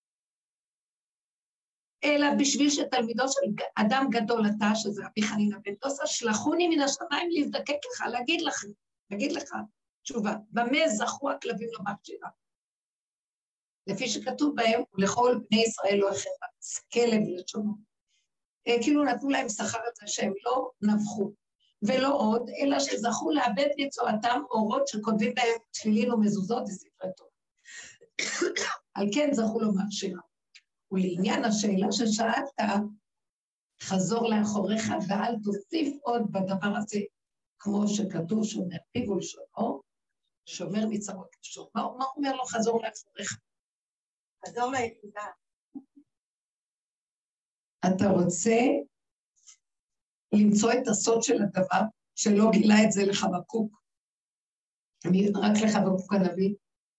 אלא בשביל שתלמידו של אדם גדול אתה, שזה רבי חנינה בן דוסה, שלחוני מן השמיים להזדקק לך, להגיד לך, תשובה, במה זכו הכלבים לומר שירה? לפי שכתוב בהם, ולכל בני ישראל לא החרץ, כלב לשונו. כאילו נתנו להם שכר את זה שהם לא נבחו, ולא עוד, אלא שזכו לאבד מצואתם אורות שכותבים בהם תפילין ומזוזות וספרי תורה. על כן זכו לומר שירה. ולעניין השאלה ששאלת, חזור לאחוריך ואל תוסיף עוד בדבר הזה, כמו שכתוב שומר פיו ולשונו, שומר מצרות לשון. מה אומר לו חזור לאחוריך? חזור ליחידה. אתה רוצה למצוא את הסוד של הדבר, שלא גילה את זה לחבקוק, רק לחבקוק הנביא,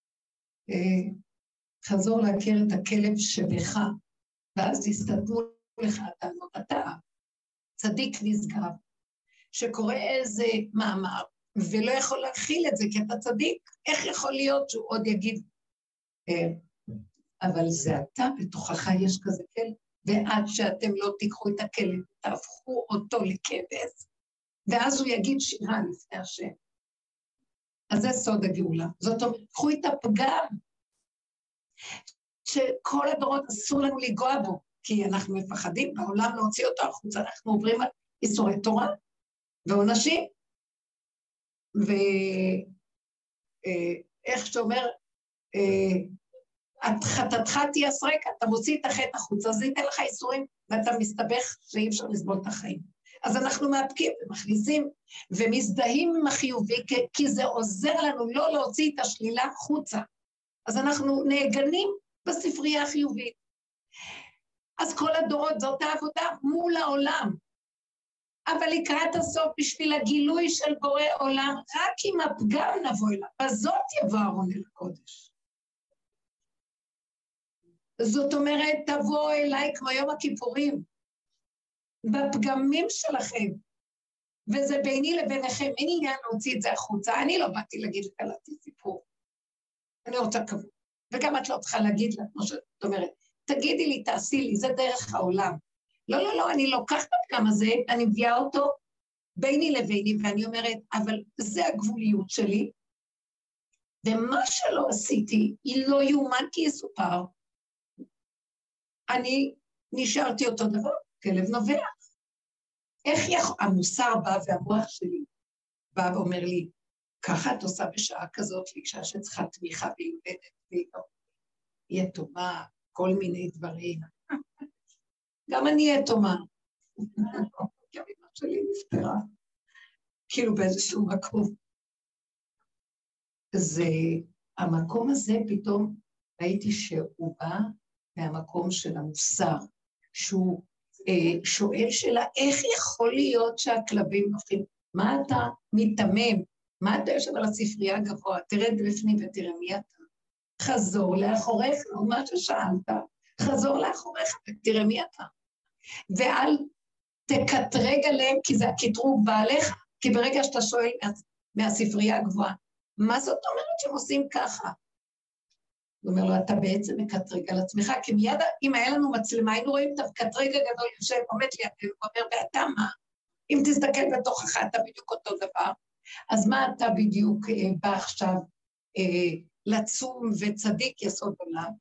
חזור להכיר את הכלב שבך, ואז יסתתמו לך הטענות. אתה צדיק נשגב, שקורא איזה מאמר, ולא יכול להכיל את זה, כי אתה צדיק, איך יכול להיות שהוא עוד יגיד, אבל זה אתה, בתוכך יש כזה כלב, ועד שאתם לא תיקחו את הכלב, תהפכו אותו לכבש, ואז הוא יגיד שירה לפני השם. אז זה סוד הגאולה. זאת אומרת, קחו את הפגם, שכל הדורות אסור לנו לגוע בו, כי אנחנו מפחדים בעולם להוציא אותו החוצה, אנחנו עוברים על איסורי תורה ועונשים, ואיך שאומר, חטאתך תהיה סרק, אתה מוציא את החטא החוצה, זה ייתן לך איסורים, ואתה מסתבך שאי אפשר לסבול את החיים. אז אנחנו מאפקים ומכניסים ומזדהים עם החיובי, כי זה עוזר לנו לא להוציא את השלילה חוצה. אז אנחנו נאגנים בספרייה החיובית. אז כל הדורות זאת העבודה מול העולם. אבל לקראת הסוף, בשביל הגילוי של בורא עולם, רק עם הפגם נבוא אליו, בזאת יבוא ארון אל הקודש. זאת אומרת, תבוא אליי כמו יום הכיפורים, בפגמים שלכם, וזה ביני לביניכם, אין עניין להוציא את זה החוצה, אני לא באתי להגיד לקלעתי סיפור, אני רוצה כבוד, וגם את לא צריכה להגיד לה, כמו שאת אומרת, תגידי לי, תעשי לי, זה דרך העולם. לא, אני לוקחת את הפגם הזה, אני מביאה אותו ביני לביני, ואני אומרת, אבל זה הגבוליות שלי, ומה שלא עשיתי, היא לא יאומן כי יסופר, אני נשארתי אותו דבר, כלב נובח. איך המוסר בא והמוח שלי בא ואומר לי, ככה את עושה בשעה כזאת, לאישה שצריכה תמיכה ויולדת, והיא יתומה, כל מיני דברים. גם אני יתומה. גם אמא שלי נפטרה, כאילו באיזשהו מקום. זה, המקום הזה פתאום ראיתי שהוא בא מהמקום של המוסר, שהוא שואל שאלה, איך יכול להיות שהכלבים נופלים? מה אתה מתמם? מה אתה יושב על הספרייה הגבוה? תרד בפנים ותראה מי אתה. חזור לאחוריך, או מה ששאלת, חזור לאחוריך ותראה מי אתה. ואל תקטרג עליהם, כי זה הקטרוג בעליך, כי ברגע שאתה שואל מהספרייה הגבוהה, מה זאת אומרת שהם עושים ככה? הוא אומר לו, אתה בעצם מקטרג על עצמך, כי מיד, אם היה לנו מצלמה, היינו רואים את הקטרג הגדול יושב, עומד לידינו, הוא אומר, ואתה מה? אם תסתכל בתוכך, אתה בדיוק אותו דבר, אז מה אתה בדיוק בא עכשיו לצום וצדיק יסוד עולם?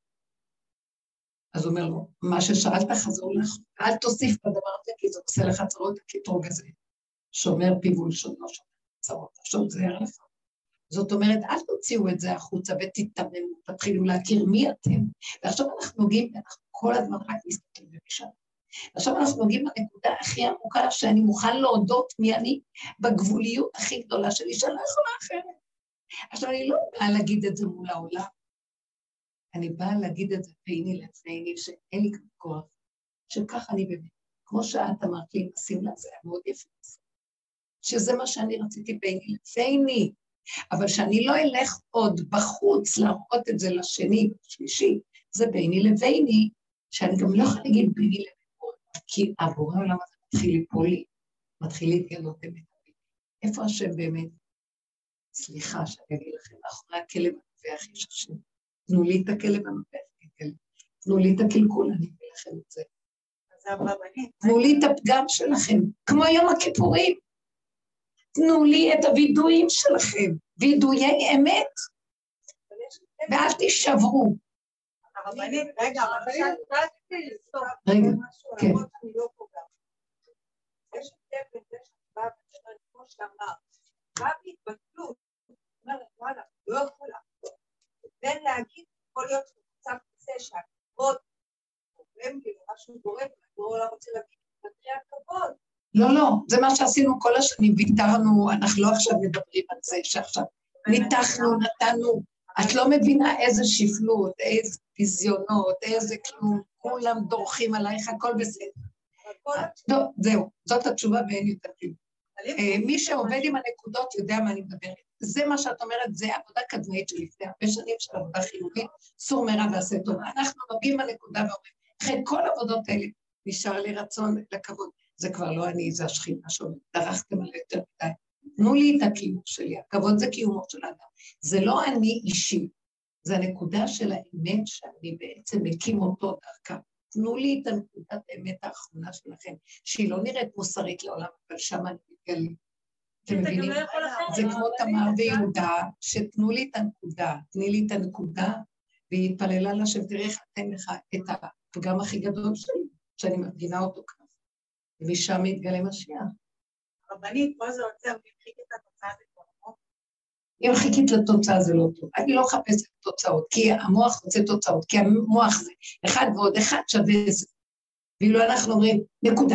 אז הוא אומר לו, מה ששאלת חזור לך, אל תוסיף בדבר הזה, כי זה עושה לך צרות הקטרוג הזה, שומר פיו ולשונו, שומר צרות, עכשיו זה ערך. זאת אומרת, אל תוציאו את זה החוצה ותתממו, תתחילו להכיר מי אתם. ועכשיו אנחנו נוגעים, אנחנו כל הזמן רק מסתכלים במשל. עכשיו אנחנו נוגעים בנקודה הכי עמוקה, שאני מוכן להודות מי אני, בגבוליות הכי גדולה שלי, שאני לא יכולה אחרת. עכשיו אני לא באה להגיד את זה מול העולם, אני באה להגיד את זה ביני לפני, שאין לי כוח, שכך אני באמת, כמו שאת אמרת לי, נשים לה, זה היה מאוד יפה, שזה מה שאני רציתי ביני לפני, אבל שאני לא אלך עוד בחוץ להראות את זה לשני, לשלישי, זה ביני לביני, שאני גם לא יכולה להגיד ביני לביני, כי עבור העולם הזה מתחיל ליפול לי, מתחיל להתגלות באמת. איפה השם באמת? סליחה שאני אגיד לכם, מאחורי הכלב הנובח יש השם. תנו לי את הכלב הנובח, תנו לי את הקלקול, אני אגיד לכם את זה. תנו לי את הפגם שלכם, כמו יום הכיפורים. תנו לי את הוידויים שלכם, וידויי אמת, ואל תשברו. רגע, כן. יש הבדל בין זה שבא ושאומר, כמו שאמר, בא בהתבטלות, אומרת, וואלה, לא יכולה. בין להגיד, יכול להיות שמצב כזה שהכבוד גורם לי למשהו גורם, אני לא רוצה להגיד, תתחיל הכבוד. לא, זה מה שעשינו כל השנים, ויתרנו, אנחנו לא עכשיו מדברים על זה, שעכשיו ניתחנו, נתנו, את לא מבינה איזה שפלות, איזה ביזיונות, איזה כלום, כולם דורכים עלייך, הכל בסדר. לא, זהו, זאת התשובה ואין יותר כלום. מי שעובד עם הנקודות יודע מה אני מדברת. זה מה שאת אומרת, זה עבודה קדמית שלפני הרבה שנים של עבודה חיובית, סור מרע ועשה טוב. אנחנו נוגעים בנקודה ואומרים, אחרי כל העבודות האלה, נשאר לי רצון לכבוד. זה כבר לא אני, זה השכינה שאומרת, דרכתם על יותר מדי. תנו לי את הקיום שלי, הכבוד זה קיומו של האדם. זה לא אני אישי, זה הנקודה של האמת שאני בעצם מקים אותו דרכה. תנו לי את הנקודת האמת האחרונה שלכם, שהיא לא נראית מוסרית לעולם, אבל שם אני מתגלה. אתם מבינים? זה כמו תמר ויהודה, שתנו לי את הנקודה, תני לי את הנקודה, והיא התפללה לה שתראה איך אתן לך את הפגם הכי גדול שלי, שאני מפגינה אותו כאן. ומשם מתגלה משיח. רבנית, פה זה עוצר, ואם חיכית את התוצאה זה כבר לא. אם חיכית לתוצאה זה לא טוב. אני לא מחפשת תוצאות, כי המוח רוצה תוצאות, כי המוח זה 1 ועוד 1 שווה זה. ואילו אנחנו אומרים, נקודה,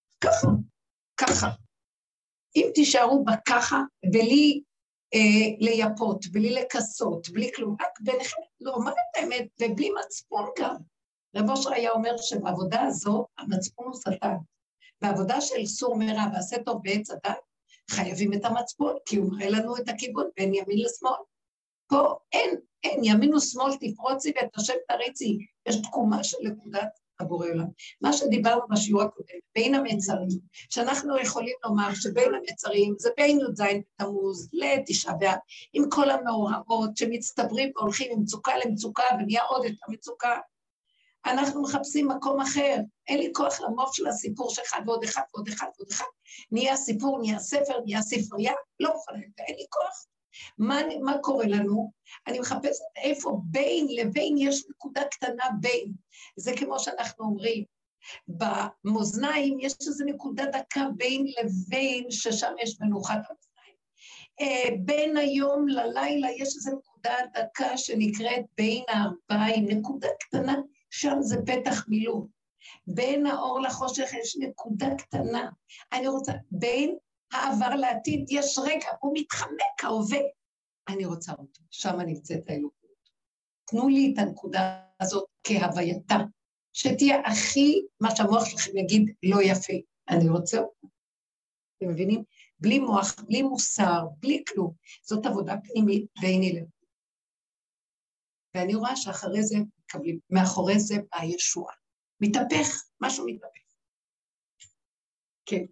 ככה. אם תישארו בככה, בלי לייפות, בלי לקסות, בלי כלום, רק ביניכם, לא, מה את האמת, ובלי מצפון גם. רב אושר היה אומר שבעבודה הזו, המצפון הוא שטן. בעבודה של סור מרע ועשה טוב בעץ הדת, חייבים את המצפון, כי הוא מראה לנו את הכיוון בין ימין לשמאל. פה אין, ימין ושמאל תפרוצי ואת השם תריצי, יש תקומה של נקודת הבורא עולם. מה שדיברנו בשיעור הקודם, בין המצרים, שאנחנו יכולים לומר שבין המצרים, זה בין י"ז בתמוז לתשעה באב, עם כל המאורעות שמצטברים והולכים ממצוקה למצוקה, ונהיה עוד את המצוקה, אנחנו מחפשים מקום אחר, אין לי כוח למוף של הסיפור שאחד ועוד אחד ועוד אחד ועוד אחד, נהיה סיפור, נהיה ספר, נהיה ספרייה, לא מוכנה, אין לי כוח. מה קורה לנו? אני מחפשת איפה בין לבין יש נקודה קטנה בין, זה כמו שאנחנו אומרים, במאזניים יש איזו נקודה דקה בין לבין, ששם יש מנוחת המאזניים. בין היום ללילה יש איזו נקודה דקה שנקראת בין הערביים, נקודה קטנה, שם זה פתח מילון. בין האור לחושך יש נקודה קטנה. אני רוצה, בין העבר לעתיד יש רגע, הוא מתחמק, ההווה. אני רוצה אותו, שם נמצאת האלוקות. תנו לי את הנקודה הזאת כהווייתה, שתהיה הכי, מה שהמוח שלכם יגיד, לא יפה. אני רוצה אותה. אתם מבינים? בלי מוח, בלי מוסר, בלי כלום. זאת עבודה פנימית ביני לב. ואני רואה שאחרי זה מקבלים, מאחורי זה בא ישוע. מתהפך, משהו מתהפך. כן.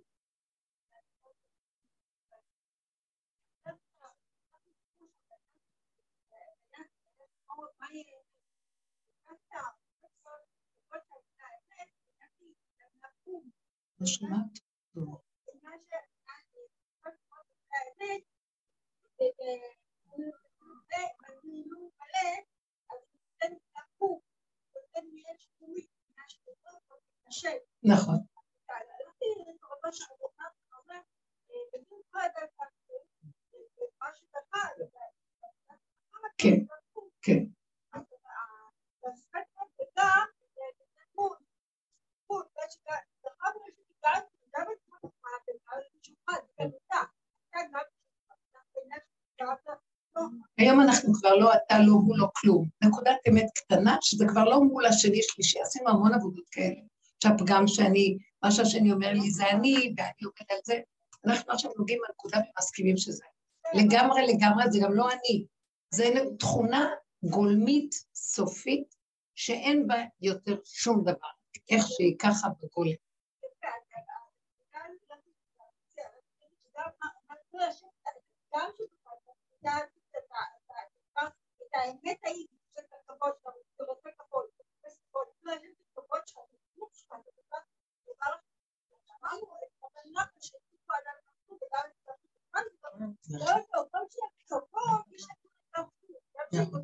לא שמעת? נכון. כן, כן. היום אנחנו כבר לא אתה, לא הוא, לא כלום. נקודת אמת קטנה, שזה כבר לא מול השני שלישי. עשינו המון עבודות כאלה. שהפגם שאני, מה שהשני אומר לי זה אני, ואני עובד על זה. אנחנו עכשיו נוגעים בנקודה ומסכימים שזה. לגמרי, זה גם לא אני. זה תכונה גולמית, סופית, שאין בה יותר שום דבר. איך שהיא ככה בגולם. את האמת היא של הכבוד שלנו, זה רוצה כבוד, לא יש את הכבוד שלנו, אמרנו, אבל אנחנו שתיקו עליו אנחנו וגם את הכבוד, לא יודע, גם שהכבוד, יש את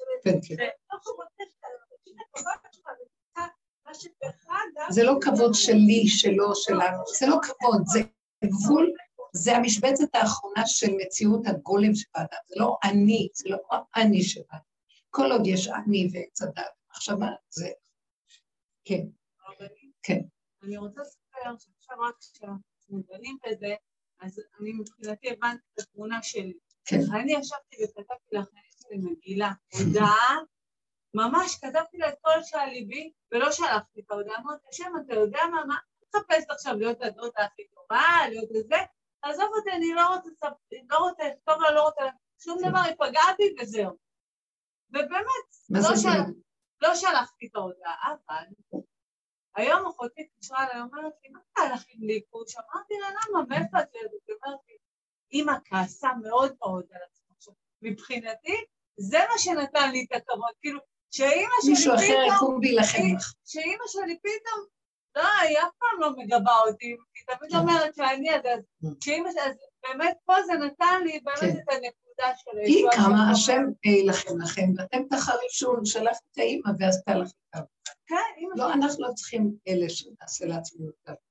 הכבוד, זה לא כבוד שלי, שלו, שלנו, זה לא כבוד, זה גבול, זה המשבצת האחרונה של מציאות הגולם שבאדם, זה לא אני, זה לא אני שבאדם. כל עוד יש אני וצדד, מחשבה, זה... כן, כן. אני רוצה לספר שעכשיו רק כשמדברים בזה, אז אני מבחינתי הבנתי את התמונה שלי. אני ישבתי וכתבתי לכם מגילה, הודעה, ממש כתבתי לה את כל שעל ליבי, ולא שלחתי את ההודעה, אמרתי, השם, אתה יודע מה, תחפש עכשיו להיות הדעות הכי טובה, להיות את זה, עזוב אותי, אני לא רוצה, טוב לה, לא רוצה, שום דבר, יפגע בי וזהו. ובאמת, לא שלחתי את ההודעה, אבל היום אחותי התקשרה אליי, אומרת לי, מה אתה הלך עם ליכוד? שאמרתי לה, למה, מאיפה את יודעת? היא אומרת לי, אמא כעסה מאוד מאוד על עצמה. מבחינתי, זה מה שנתן לי את הכבוד, כאילו, שאמא שלי מישהו אחר יקום בילחם לך. שאמא שלי פתאום, לא, היא אף פעם לא מגבה אותי, היא תמיד אומרת שאני יודעת, שאמא שלי, אז באמת פה זה נתן לי באמת את הנקודה של היא כמה השם לכם, ואתם תחרישו, שלחת את האמא ועשתה לך את העבודה. כן, אמא שלי. לא, אנחנו לא צריכים אלה שנעשה לעצמנו את העבודה.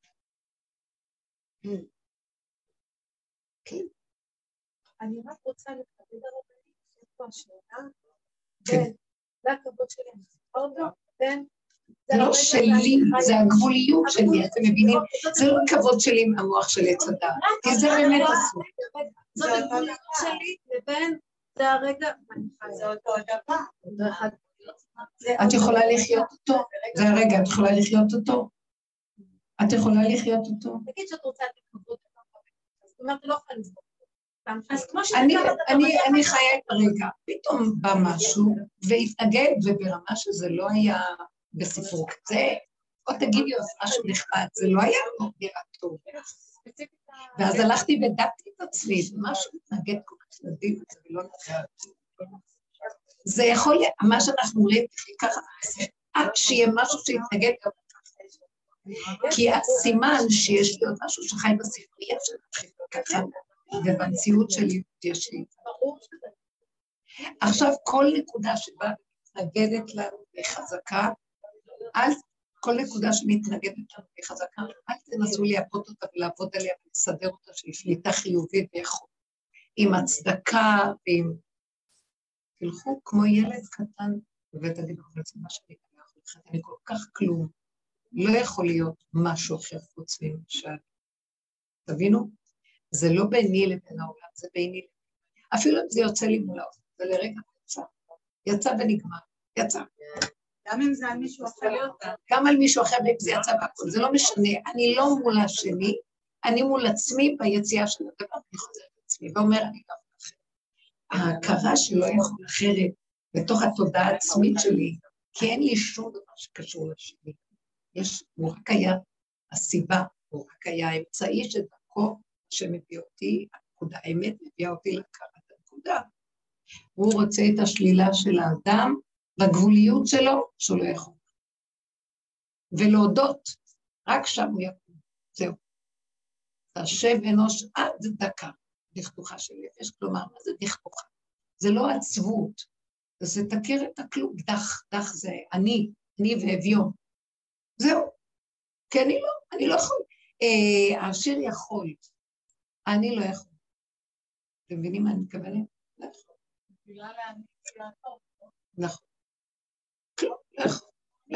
כן. אני רק רוצה לחדד הרבנית, איפה השאלה, בין, זה הכבוד שלי, אני זוכר אותו, בין, זה לא שלי, זה הגבוליות שלי, אתם מבינים? זה לא כבוד שלי עם המוח של עץ הדת, כי זה באמת אסור. זאת הגבוליות שלי לבין, זה הרגע, זה אותו דבר. את יכולה לחיות אותו, זה הרגע, את יכולה לחיות אותו. את יכולה לחיות אותו. תגיד שאת רוצה את הכבוד, זאת אומרת, לא יכולה לסבור. אני חיה את הרגע, פתאום בא משהו, והתנגד, וברמה שזה לא היה בספרות. זה, בוא תגיד לי משהו נכבד, זה לא היה נראה טוב. ואז הלכתי ודקתי את עצמי, משהו מתנגד כל כך נדיב, זה לא נדע. זה יכול להיות, מה שאנחנו רואים, ככה, עד שיהיה משהו שיתנגד גם. כי הסימן שיש לי עוד משהו שחי בספרייה שנתחיל ככה, ובמציאות שלי יש לי. עכשיו כל נקודה שבה מתנגדת לנו בחזקה, כל נקודה שמתנגדת לנו בחזקה, אל תנסו לייפות אותה ולעבוד עליה ולסדר אותה שהיא שליטה חיובית ויכול. עם הצדקה ועם... תלכו כמו ילד קטן ותגידו לעצמי שאני לא יכול לך, אני כל כך כלום. לא יכול להיות משהו אחר חוץ ממשל. תבינו? זה לא ביני לבין העולם, זה ביני לבין. אפילו אם זה יוצא לי מול העולם, זה לרגע יצא ונגמר. יצא. גם אם זה על מישהו אחר. גם על מישהו אחר, ואם זה יצא והכל, זה לא משנה, אני לא מול השני, אני מול עצמי ביציאה של הדבר, אני חוזרת לעצמי, ואומר, אני לא יכול אחרת. ההכרה שלא יכול אחרת, בתוך התודעה העצמית שלי, כי אין לי שום דבר שקשור לשני. הוא רק היה הסיבה, הוא רק היה האמצעי שדרכו שמביא אותי, הנקודה, האמת מביאה אותי להכרת הנקודה. הוא רוצה את השלילה של האדם, בגבוליות שלו, שהוא לא יכול. ולהודות, רק שם הוא יקום. זהו. תשב אנוש עד דקה, דכדוכה של נפש, כלומר, מה זה דכדוכה? זה לא עצבות, זה תכיר את הכלום, דך זה אני ואביון. זהו. כי אני לא יכול. העשיר יכול, אני לא יכול. אתם מבינים מה אני מתכוונת? לא יכול. בגלל להטוב. נכון. כלום, לא יכול.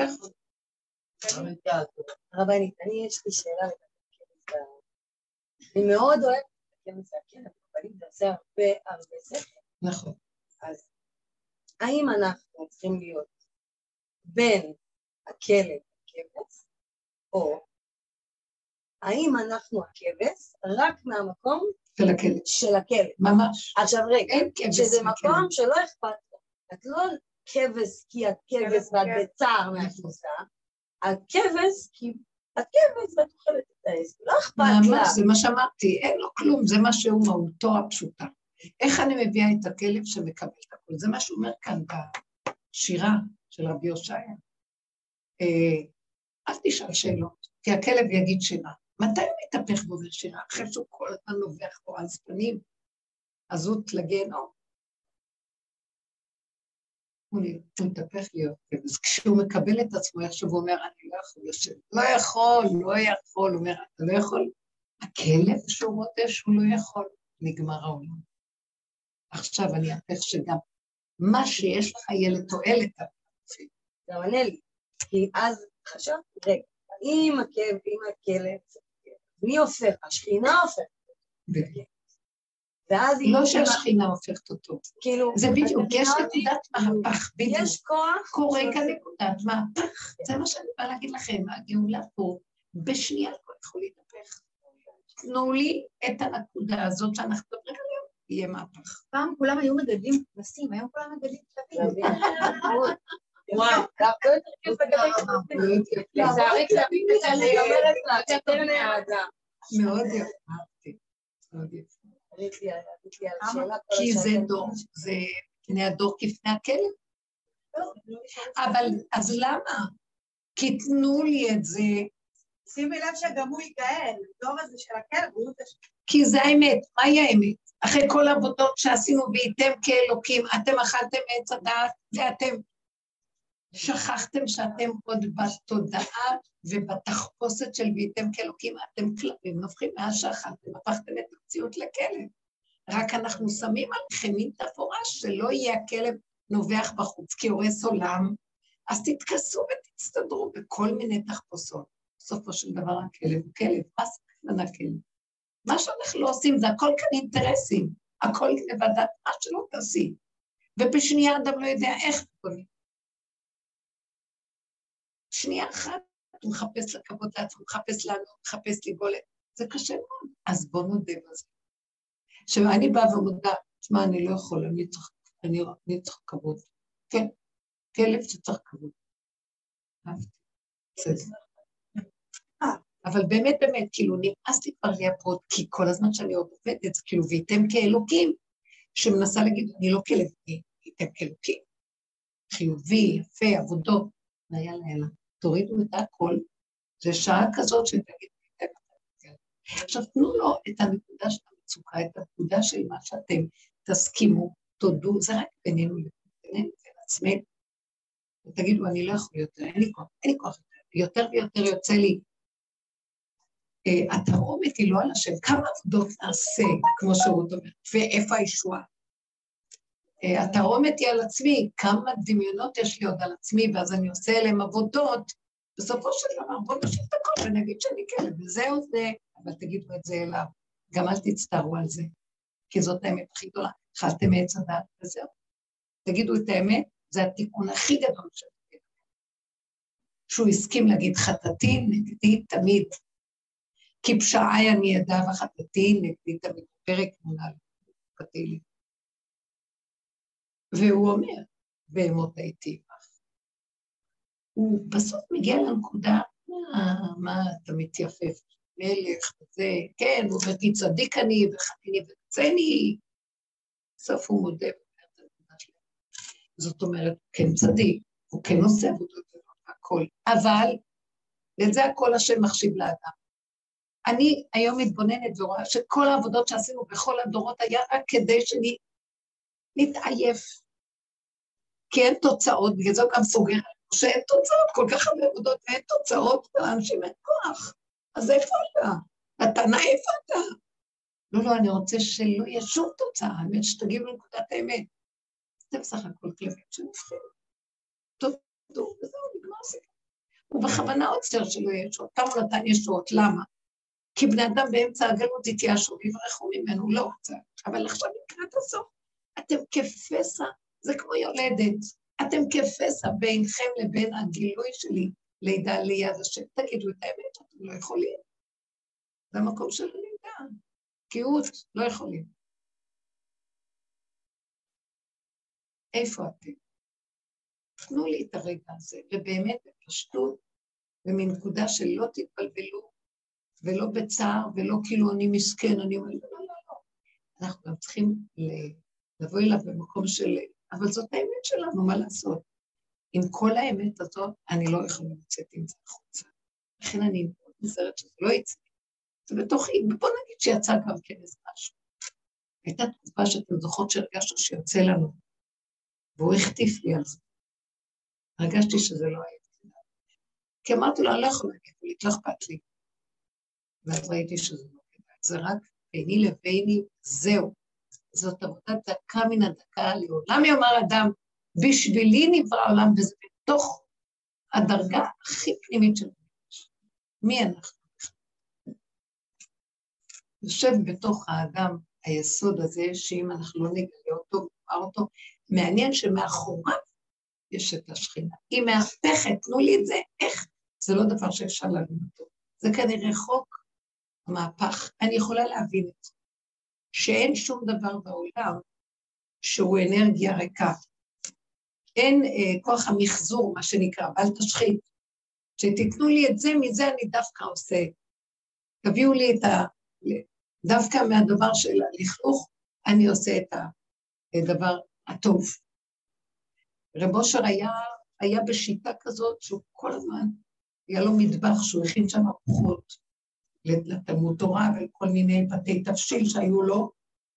רבנית, יש לי שאלה לגבי אני מאוד אוהבת את הכנס, אבל זה עושה הרבה שכל. נכון. אז האם אנחנו צריכים להיות בין הכלב לכבש, או האם אנחנו הכבש רק מהמקום של הכלב? ממש. עכשיו רגע, שזה מקום שלא אכפת לו. את לא כבש כי את כבש ואת בצער מהכבשה, את כבש כי את כבש ואת אוכלת את העץ, לא אכפת לה. ממש, זה מה שאמרתי, אין לו כלום, זה מה שהוא מהותו הפשוטה. איך אני מביאה את הכלב שמקבל את הכל? זה מה שהוא אומר כאן בשירה של רבי יושעיה. אל תשאל שאלות, כי הכלב יגיד שירה. מתי הוא מתהפך בו בשירה? אחרי שהוא כל הזמן נובח פה על ספנים, עזות לגיהנום. הוא מתהפך להיות כלב. אז כשהוא מקבל את עצמו, עכשיו הוא אומר, אני לא יכול לשבת. לא יכול, הוא אומר, אתה לא יכול. הכלב שהוא מודה שהוא לא יכול, נגמר העולם. עכשיו אני אהפך שגם מה שיש לך יהיה לתועלת. זה עונה לי, כי אז חשבתי, רגע, אם הכלב, מי הופך? השכינה הופכת. לא שהשכינה הופכת אותו. זה בדיוק, יש נקודת מהפך, בדיוק. יש כוח. קורה כאן נקודת מהפך. זה מה שאני באה להגיד לכם, הגאולה פה, בשנייה לא יכול להתהפך. תנו לי את הנקודה הזאת שאנחנו מדברים עליהם, יהיה מהפך. פעם כולם היו מגדלים כנסים, היום כולם מגדלים כלבים. וואו, זה הרבה יותר כיף לגבי כנסים. לצערי כלבים כזה, היא אומרת לה, יותר מהאדם. מאוד יפה. מאוד יפה. כי זה דור, זה פני הדור כפני הכלב. אבל אז למה? כי תנו לי את זה. שימי לב שגם הוא יגאל, הדור הזה של הכלב, כי זה האמת, מהי האמת? אחרי כל העבודות שעשינו והייתם כאלוקים, אתם אכלתם עץ הדעת ואתם שכחתם שאתם עוד בתודעה ובתחפושת של והייתם כאלוקים, אתם כלבים, נופכים מאז שאכלתם, הפכתם את המציאות לכלב. רק אנחנו שמים עליכם מין תפורה שלא יהיה הכלב נובח בחוץ, כי הורס עולם, אז תתכסו ותצטדרו בכל מיני תחפושות. בסופו של דבר הכלב הוא כלב, מה זה כאן הכלב? מה שאנחנו לא עושים זה הכל כאן אינטרסים, הכל לבדת, מה שלא תעשי. ובשנייה אדם לא יודע איך קונים. שנייה אחת הוא מחפש לכבוד לעצמו, מחפש לנו, מחפש לגולת, זה קשה מאוד, אז בוא נודה בזה. שאני באה ומודה, תשמע, אני לא יכול, אני צריך כבוד. כן, כלב שצריך כבוד. בסדר. אבל באמת, כאילו, נמאס לי כבר להפרות, כי כל הזמן שאני עוד עובדת, זה כאילו, והייתם כאלוקים, שמנסה להגיד, אני לא כלב, הייתם כאלוקים. חיובי, יפה, עבודות, לילה. תורידו את הכל, זה שעה כזאת שתגיד, עכשיו תנו לו את הנקודה של המצוקה, את הנקודה של מה שאתם תסכימו, תודו, זה רק בינינו לבין עצמנו, ותגידו, אני לא יכול יותר, אין לי כוח יותר ויותר יוצא לי, התרעומת היא לא על השם, כמה עבודות נעשה, כמו שרות אומר, ואיפה הישועה? התרעומת היא על עצמי, כמה דמיונות יש לי עוד על עצמי, ואז אני עושה אליהם עבודות, בסופו של דבר, בוא נשאיר את הכל ונגיד שאני כלב, וזהו זה, אבל תגידו את זה אליו, גם אל תצטערו על זה, כי זאת האמת הכי גדולה, אכלתם מעץ הדעת וזהו. תגידו את האמת, זה התיקון הכי גדול שלו. שהוא הסכים להגיד חטאתי נגדי תמיד. כי פשעי אני ידע וחטאתי נגדי תמיד. פרק מונל, חטאתי לי. והוא אומר, בהמות הייתי עמך. הוא בסוף מגיע לנקודה, מה אתה מתייפף? מלך וזה, כן, הוא אומר, כי צדיק אני וחטאתי וקצני. בסוף הוא מודה. זאת אומרת, כן צדיק, הוא כן עושה עבודות הכל, אבל לזה הכל השם מחשיב לאדם. אני היום מתבוננת ורואה שכל העבודות שעשינו בכל הדורות היה רק כדי שנתעייף, כי אין תוצאות, בגלל זה הוא גם סוגר, שאין תוצאות, כל כך הרבה עבודות, אין תוצאות, לאנשים אין כוח, אז איפה אתה? התנא איפה אתה? לא, אני רוצה שלא יהיה שום תוצאה, האמת שתגיעו לנקודת האמת. זה בסך הכל כלבים שנפחים. טוב, וזהו, נגמר סיפור. הוא בכוונה עוצר שלא יהיה ישועות. כמה הוא נתן ישועות, למה? כי בני אדם באמצע הגלות התייאשו, ויברחו ממנו, לא רוצה. אבל עכשיו לקראת הסוף, אתם כפסע, זה כמו יולדת, אתם כפסע בינכם לבין הגילוי שלי, לידע ליד השם. תגידו את האמת, אתם לא יכולים. זה המקום של לידע. קהות, לא יכולים. איפה אתם? תנו לי את הרגע הזה, ובאמת בפשטות, ומנקודה שלא תתבלבלו, ולא בצער, ולא כאילו אני מסכן, אני אומר, לא. אנחנו גם צריכים לבוא אליו במקום של, אבל זאת האמת שלנו, מה לעשות? עם כל האמת הזאת, אני לא יכולה לצאת עם זה החוצה. לכן אני נזרת שזה לא יצא. זה בתוכי, בוא נגיד שיצא גם כן איזה משהו. הייתה תקופה שאתם זוכרות שהרגשנו שיוצא לנו, והוא החטיף לי על זה. הרגשתי שזה לא היה. כי אמרתי לו, אני לא יכולה להגיד, לא אכפת לי. ואז ראיתי שזה לא כדאי. זה רק ביני לביני, זהו. זאת עבודה דקה מן הדקה לעולם יאמר אדם, בשבילי נברא העולם, וזה בתוך הדרגה הכי פנימית של מי אנחנו? יושב בתוך האדם היסוד הזה, שאם אנחנו לא נגלה אותו, נאמר אותו, מעניין שמאחוריו יש את השכינה. היא מהפכת, תנו לי את זה, איך? זה לא דבר שאפשר להבין אותו. זה כנראה חוק המהפך. אני יכולה להבין את זה. שאין שום דבר בעולם שהוא אנרגיה ריקה. אין כוח המחזור, מה שנקרא, בל תשחית. שתיתנו לי את זה, מזה אני דווקא עושה. תביאו לי את דווקא מהדבר של הלכלוך, אני עושה את הדבר הטוב. רב אושר היה בשיטה כזאת, שהוא כל הזמן, היה לו מטבח, שהוא הכין שם ארוחות, לתלמוד תורה וכל מיני בתי תבשיל שהיו לו.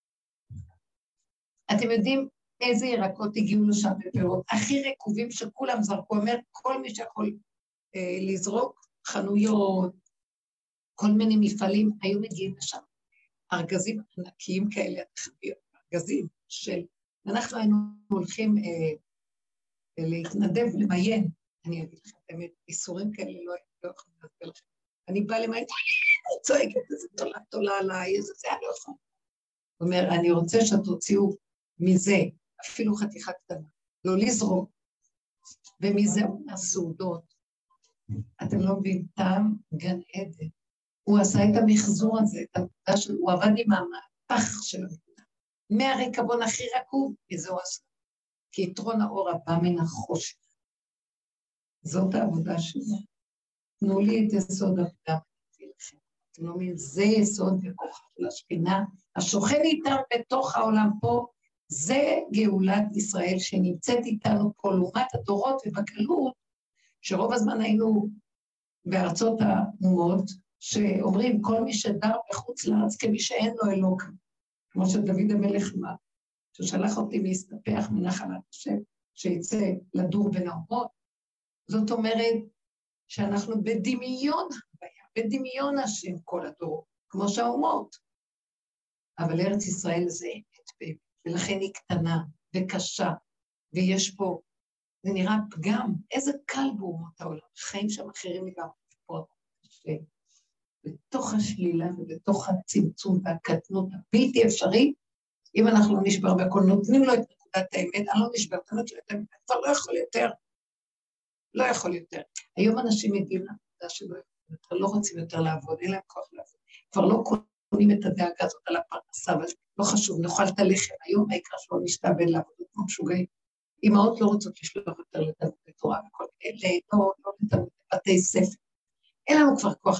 אתם יודעים איזה ירקות הגיעו לשם בפירות, הכי רקובים שכולם זרקו, אומר, כל מי שיכול לזרוק, חנויות, כל מיני מפעלים, היו מגיעים לשם. ארגזים ענקיים כאלה, ארגזים של, אנחנו היינו הולכים להתנדב, למיין, אני אגיד לכם, באמת, איסורים כאלה לא יכולים להסביר לכם. אני באה למיין, אני צועקת, איזה תולה עליי, איזה זה, אני לא יכולה. הוא אומר, אני רוצה שתוציאו מזה, אפילו חתיכה קטנה, לא לזרוק, ומזה הסעודות. אתם לא מבינים, טעם גן עדן. הוא עשה את המחזור הזה, את העבודה שלו, הוא עבד עם המהפך של המדינה. מהריקבון הכי רקוב, וזה הוא עשה. כי יתרון האור הבא מן החושך. זאת העבודה שלו. תנו לי את יסוד עבודה. אתם לא מבינים, זה יסוד בכוחה של השכינה, השוכן איתם בתוך העולם פה, זה גאולת ישראל שנמצאת איתנו פה, לעומת הדורות ובגלות, שרוב הזמן היינו בארצות האומות, שאומרים כל מי שדר בחוץ לארץ כמי שאין לו אלוק, כמו שדוד המלך אמר, ששלח אותי להסתפח מנחלת השם, שיצא לדור בין האומות. זאת אומרת שאנחנו בדמיון הבעיה, בדמיון השם כל הדור, כמו שהאומות. אבל ארץ ישראל זה אמת באמת, ולכן היא קטנה וקשה, ויש פה, זה נראה פגם, איזה קל באומות העולם, חיים שם אחרים לגמרי פה, בתוך השלילה ובתוך הצמצום והקטנות הבלתי אפשרי, אם אנחנו נשבר בכל, נותנים לו את נקודת האמת, אני לא נשברת, אני כבר לא יכול יותר. לא יכול יותר. היום אנשים מגיעים לנקודה שלא לא רוצים יותר לעבוד, אין להם כוח לעבוד. כבר לא קונים את הדאגה הזאת על הפרנסה, אבל לא חשוב, נאכל את הלחם. היום העיקר שלא נשתעבד לעבוד כמו משוגעים. אמהות לא רוצות לשלוח יותר לתלמוד בתורה וכל אלה, לא לתלמוד בבתי ספר. אין לנו כבר כוח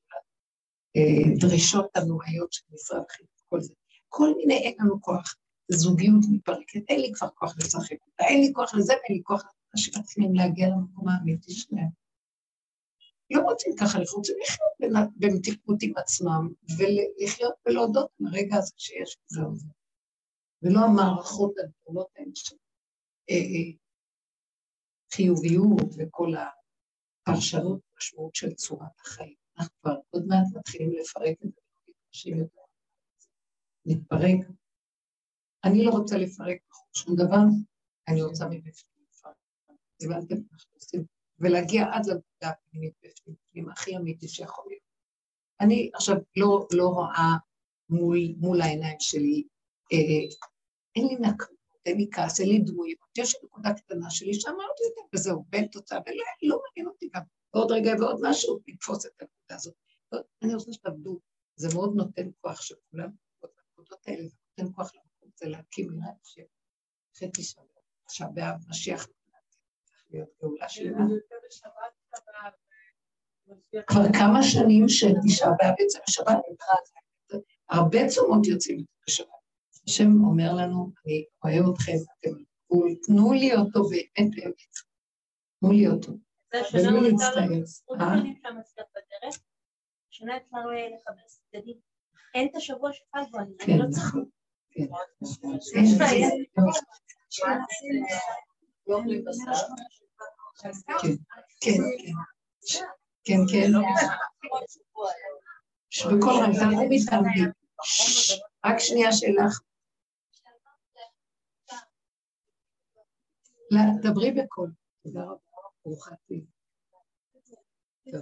דרישות הנוראיות של משרד חינוך, כל זה. כל מיני אין לנו כוח. זוגיות מתפרקת, אין לי כבר כוח לשחק אותה, אין לי כוח לזה ואין לי כוח אנשים מתחילים להגיע למקום האמיתי שלהם. לא רוצים ככה, אנחנו רוצים לחיות במתיקות עם עצמם, ולחיות ולהודות מהרגע הזה שיש זהו זה. ולא המערכות הגדולות האלה של חיוביות וכל הפרשנות משמעות של צורת החיים. אנחנו כבר עוד מעט מתחילים לפרק את זה, להתפרק. אני לא רוצה לפרק שום דבר, אני רוצה מבפנים לפרק. הבנתם מה שאתם עושים, ולהגיע עד לנקודה הפנימית בפנים, הכי אמיתי שיכול להיות. אני עכשיו לא רואה מול העיניים שלי, אין לי נקמות, אין לי כעס, אין לי דמויות, יש נקודה קטנה שלי שאמרתי אותה, וזהו, בין תוצאה, ולא מעניין אותי גם. ועוד רגע ועוד משהו, לתפוס את הנקודה הזאת. אני רוצה שתעבדו, זה מאוד נותן כוח של כולם, בנקודות האלה, זה נותן כוח למקום, זה להקים מיד אחרי תשעה באב, משיח, צריך להיות גאולה שלמה. כבר כמה שנים שתשעה באב יוצא בשבת, הרבה צומות יוצאים בשבת. השם אומר לנו, אני אוהב אתכם, תנו לי אותו באמת באמת, תנו לי אותו. ולא להצטער. שנה אצלנו לחבר סדדים. אין את השבוע שפל בו, אני לא צריכה. כן. בכל רם, תמיד מתעמדים. רק שנייה שלך. דברי בקול. תודה רבה. רוחתי. טוב.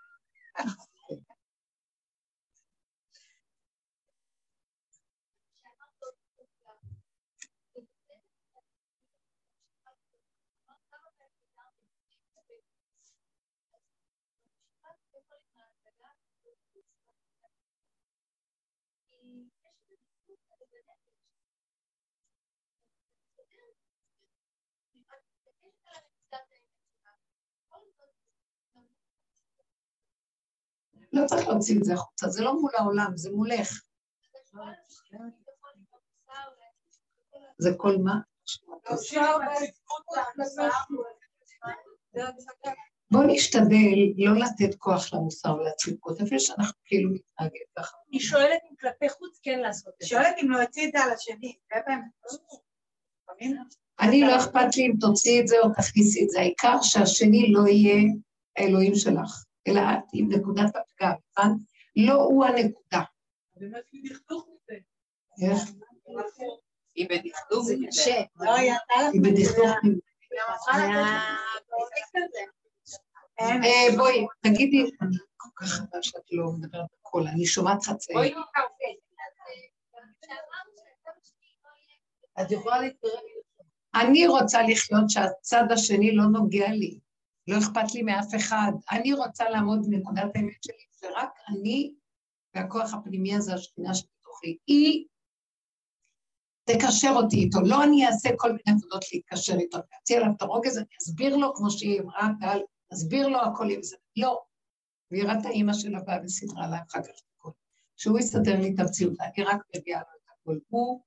לא צריך להוציא את זה החוצה, זה לא מול העולם, זה מולך. זה כל מה? בואו נשתדל לא לתת כוח למוסר ולצדקות, אפילו שאנחנו כאילו מתנהגים ככה. היא שואלת אם כלפי חוץ כן לעשות את זה. שואלת אם לא הוציא את זה על השני, אני לא אכפת לי אם תוציא את זה או תכניסי את זה, העיקר שהשני לא יהיה האלוהים שלך. אלא את עם נקודת הפגם, נכון? לא הוא הנקודה. באמת היא דכדוך מזה. היא בדכדוך זה קשה. היא בדכדוך מזה. בואי, תגידי, אני כל כך חבל שאת לא מדברת בקול, אני שומעת חצאי. את יכולה להתקרב. אני רוצה לחיות שהצד השני לא נוגע לי. לא אכפת לי מאף אחד, אני רוצה לעמוד בנקודת האמת שלי, ורק אני והכוח הפנימי הזה, השכינה שבתוכי, היא תקשר אותי איתו, לא אני אעשה כל מיני עבודות להתקשר איתו, אני אציע עליו את הרוגז, אני אסביר לו כמו שהיא אמרה, אסביר לו הכל עם זה, לא, והיא ראתה האמא שלה באה וסדרה לה אחר כך הכל, שהוא יסתדר לי את המציאות, אני רק מביאה לו את הכל, הוא,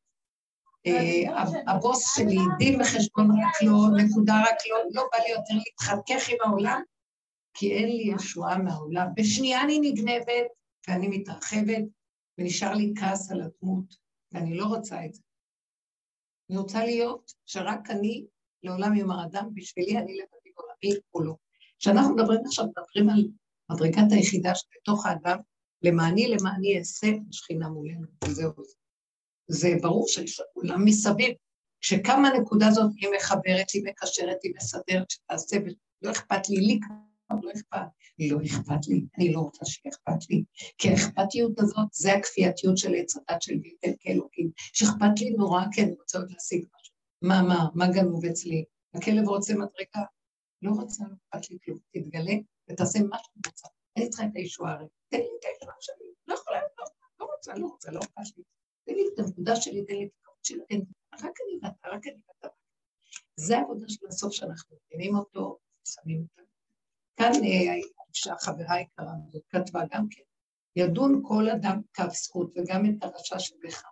הבוס שלי, דין וחשבון רק לא, נקודה רק לא בא לי יותר להתחכך עם העולם, כי אין לי ישועה מהעולם. בשנייה אני נגנבת, ואני מתרחבת, ונשאר לי כעס על הדמות, ואני לא רוצה את זה. אני רוצה להיות שרק אני לעולם יאמר אדם, בשבילי אני לבדי עולמי או לא. כשאנחנו מדברים עכשיו, מדברים על מדרגת היחידה שבתוך האדם, למעני אעשה שכינה מולנו, וזהו זה. זה ברור שיש עולם מסביב, שכמה הנקודה הזאת היא מחברת, היא מקשרת, היא מסדרת, שתעשה, לא אכפת לי, לא אכפת לי, אני לא רוצה שאכפת לי, כי האכפתיות הזאת, זה הכפייתיות של עץ הדת של ביטל כאלוקים, שאכפת לי נורא, כי אני רוצה עוד להשיג משהו, מה גנוב אצלי? הכלב רוצה מדרגה? לא רוצה, לא אכפת לי כלום, תתגלה ותעשה מה שאני רוצה. אני צריכה את הישועה הרי, תן לי את הישועה שלי, לא יכולה, לא רוצה, לא אכפת לי. תן לי את הנקודה שלי, תן לי את הכבוד שלי, רק אני ואתה. זה העבודה של הסוף שאנחנו מבינים אותו, שמים אותנו. כאן האישה, חברה יקרה, זאת כתבה גם כן, ידון כל אדם קו זכות, וגם את הרשע שבך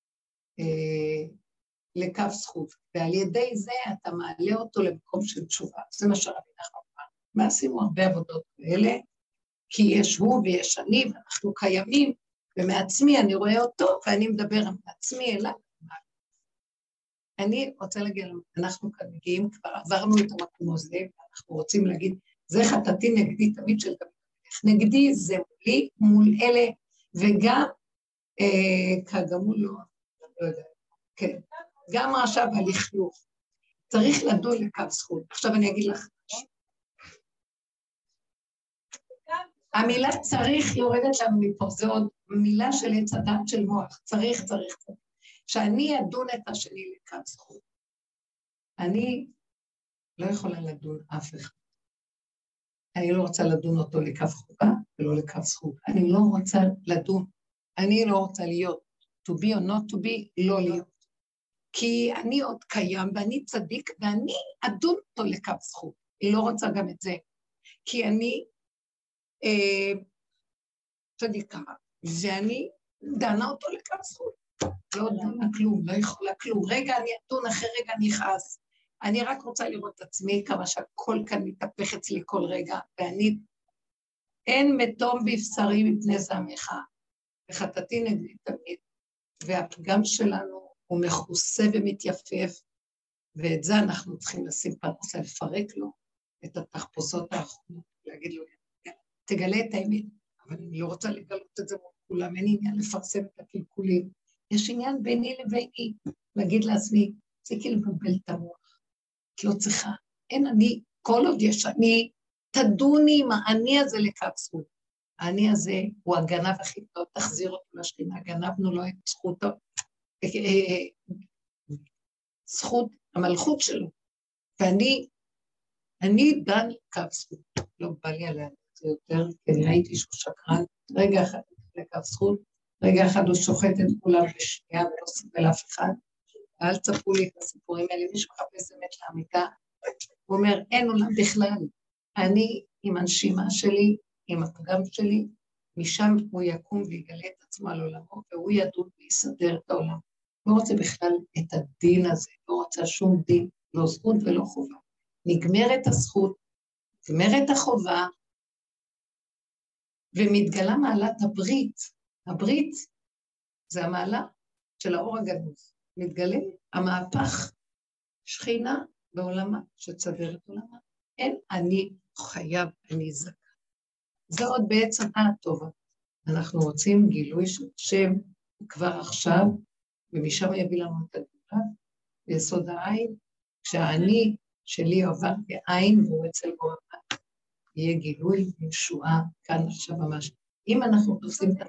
לקו זכות, ועל ידי זה אתה מעלה אותו למקום של תשובה. זה מה שרבי נחמן אמר. מה עשינו הרבה עבודות כאלה? כי יש הוא ויש אני, ואנחנו קיימים, ומעצמי אני רואה אותו, ואני מדבר מעצמי אליו. אני רוצה להגיד, אנחנו כאן מגיעים, כבר עברנו את המקום הזה, ואנחנו רוצים להגיד, זה חטאתי נגדי תמיד של תמיד. נגדי זה מולי, מול אלה, וגם כגמול לא יודע, כן, גם רשע והלכלוך. צריך לדון לקו זכות. עכשיו אני אגיד לך, המילה צריך יורדת לנו מפה, זה עוד מילה של עץ הדת של מוח, צריך. שאני אדון את השני לקו זכות. אני לא יכולה לדון אף אחד. אני לא רוצה לדון אותו לקו חובה ולא לקו זכות. אני לא רוצה לדון. אני לא רוצה להיות. To be or not to be, לא להיות. כי אני עוד קיים ואני צדיק ואני אדון אותו לקו זכות. אני לא רוצה גם את זה. כי אני צדיקה ואני דנה אותו לקו זכות. לא דנה כלום, לא יכולה כלום. רגע אני אדון, אחרי רגע אני אכעס. אני רק רוצה לראות את עצמי כמה שהכל כאן מתהפך אצלי כל רגע, ואני, אין מתום בבשרי מפני זעמך, וחטאתי נגדי תמיד, והפגם שלנו הוא מכוסה ומתייפף, ואת זה אנחנו צריכים לשים פרנסה, לפרק לו את התחפושות האחרונות, להגיד לו, תגלה את האמת, אבל אני לא רוצה לגלות את זה מול כולם, אין עניין לפרסם את הקלקולים, יש עניין ביני לביני, להגיד לעצמי, צריכי לבלבל את המוח, כי לא צריכה, אין אני, כל עוד יש אני, תדוני עם האני הזה לקו זכות. האני הזה הוא הגנב הכי טוב, תחזיר אותו לשכינה, גנבנו לו את זכותו, זכות המלכות שלו, ואני דן קו זכות, לא בא לי עליה זה יותר, כי אני ראיתי שהוא שקרן, רגע אחד לקו זכות, רגע אחד הוא שוחט את כולם בשנייה ולא סיבל אף אחד, ואל תספרו לי את הסיפורים האלה, מישהו חפש אמת לאמיתה, הוא אומר, אין עולם בכלל, אני עם הנשימה שלי, עם הפגם שלי, משם הוא יקום ויגלה את עצמו על עולמו, והוא ידון ויסדר את העולם. לא רוצה בכלל את הדין הזה, לא רוצה שום דין, לא זכות ולא חובה. נגמרת הזכות, נגמרת החובה, ומתגלה מעלת הברית. הברית זה המעלה של האור הגנוז. מתגלה המהפך שכינה בעולמה, שצבר את עולמה. אין אני חייב, אני זכה. זה עוד בעצם הטובה. אנחנו רוצים גילוי של שם כבר עכשיו, ומשם יביא לנו את הגדולה, ביסוד העין, כשהאני שלי עובר בעין, והוא אצל גורמה, יהיה גילוי וישועה כאן עכשיו ממש. אם אנחנו תופסים את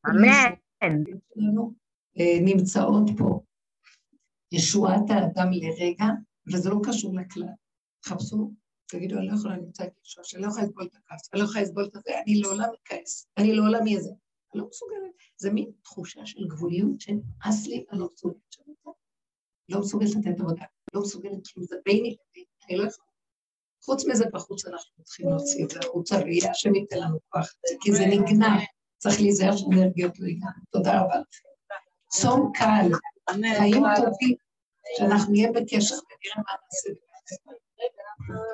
שלנו, נמצאות פה ישועת האדם לרגע, וזה לא קשור לכלל. חפשו, תגידו, אני לא יכולה למצוא את ישוע, שאני לא יכולה לסבול את הכעס, אני לא יכולה לסבול את זה, אני לעולם מכעס, אני לעולם יהיה זה. אני לא מסוגלת, זה מין תחושה של גבוליות, שנמאס לי, אני לא מסוגלת שם את זה. לא מסוגלת לתת עבודה, לא מסוגלת כלום, זה ביני לביני, אני לא יכולה. חוץ מזה בחוץ אנחנו צריכים להוציא את זה החוצה, ויהיה השם ייתן לנו כוח, כי זה נגנב, צריך להיזהר שאנרגיות לא יגנב. תודה רבה לכם. צום קל, חיים טובים, שאנחנו נהיה בקשר ונראה מה נעשה.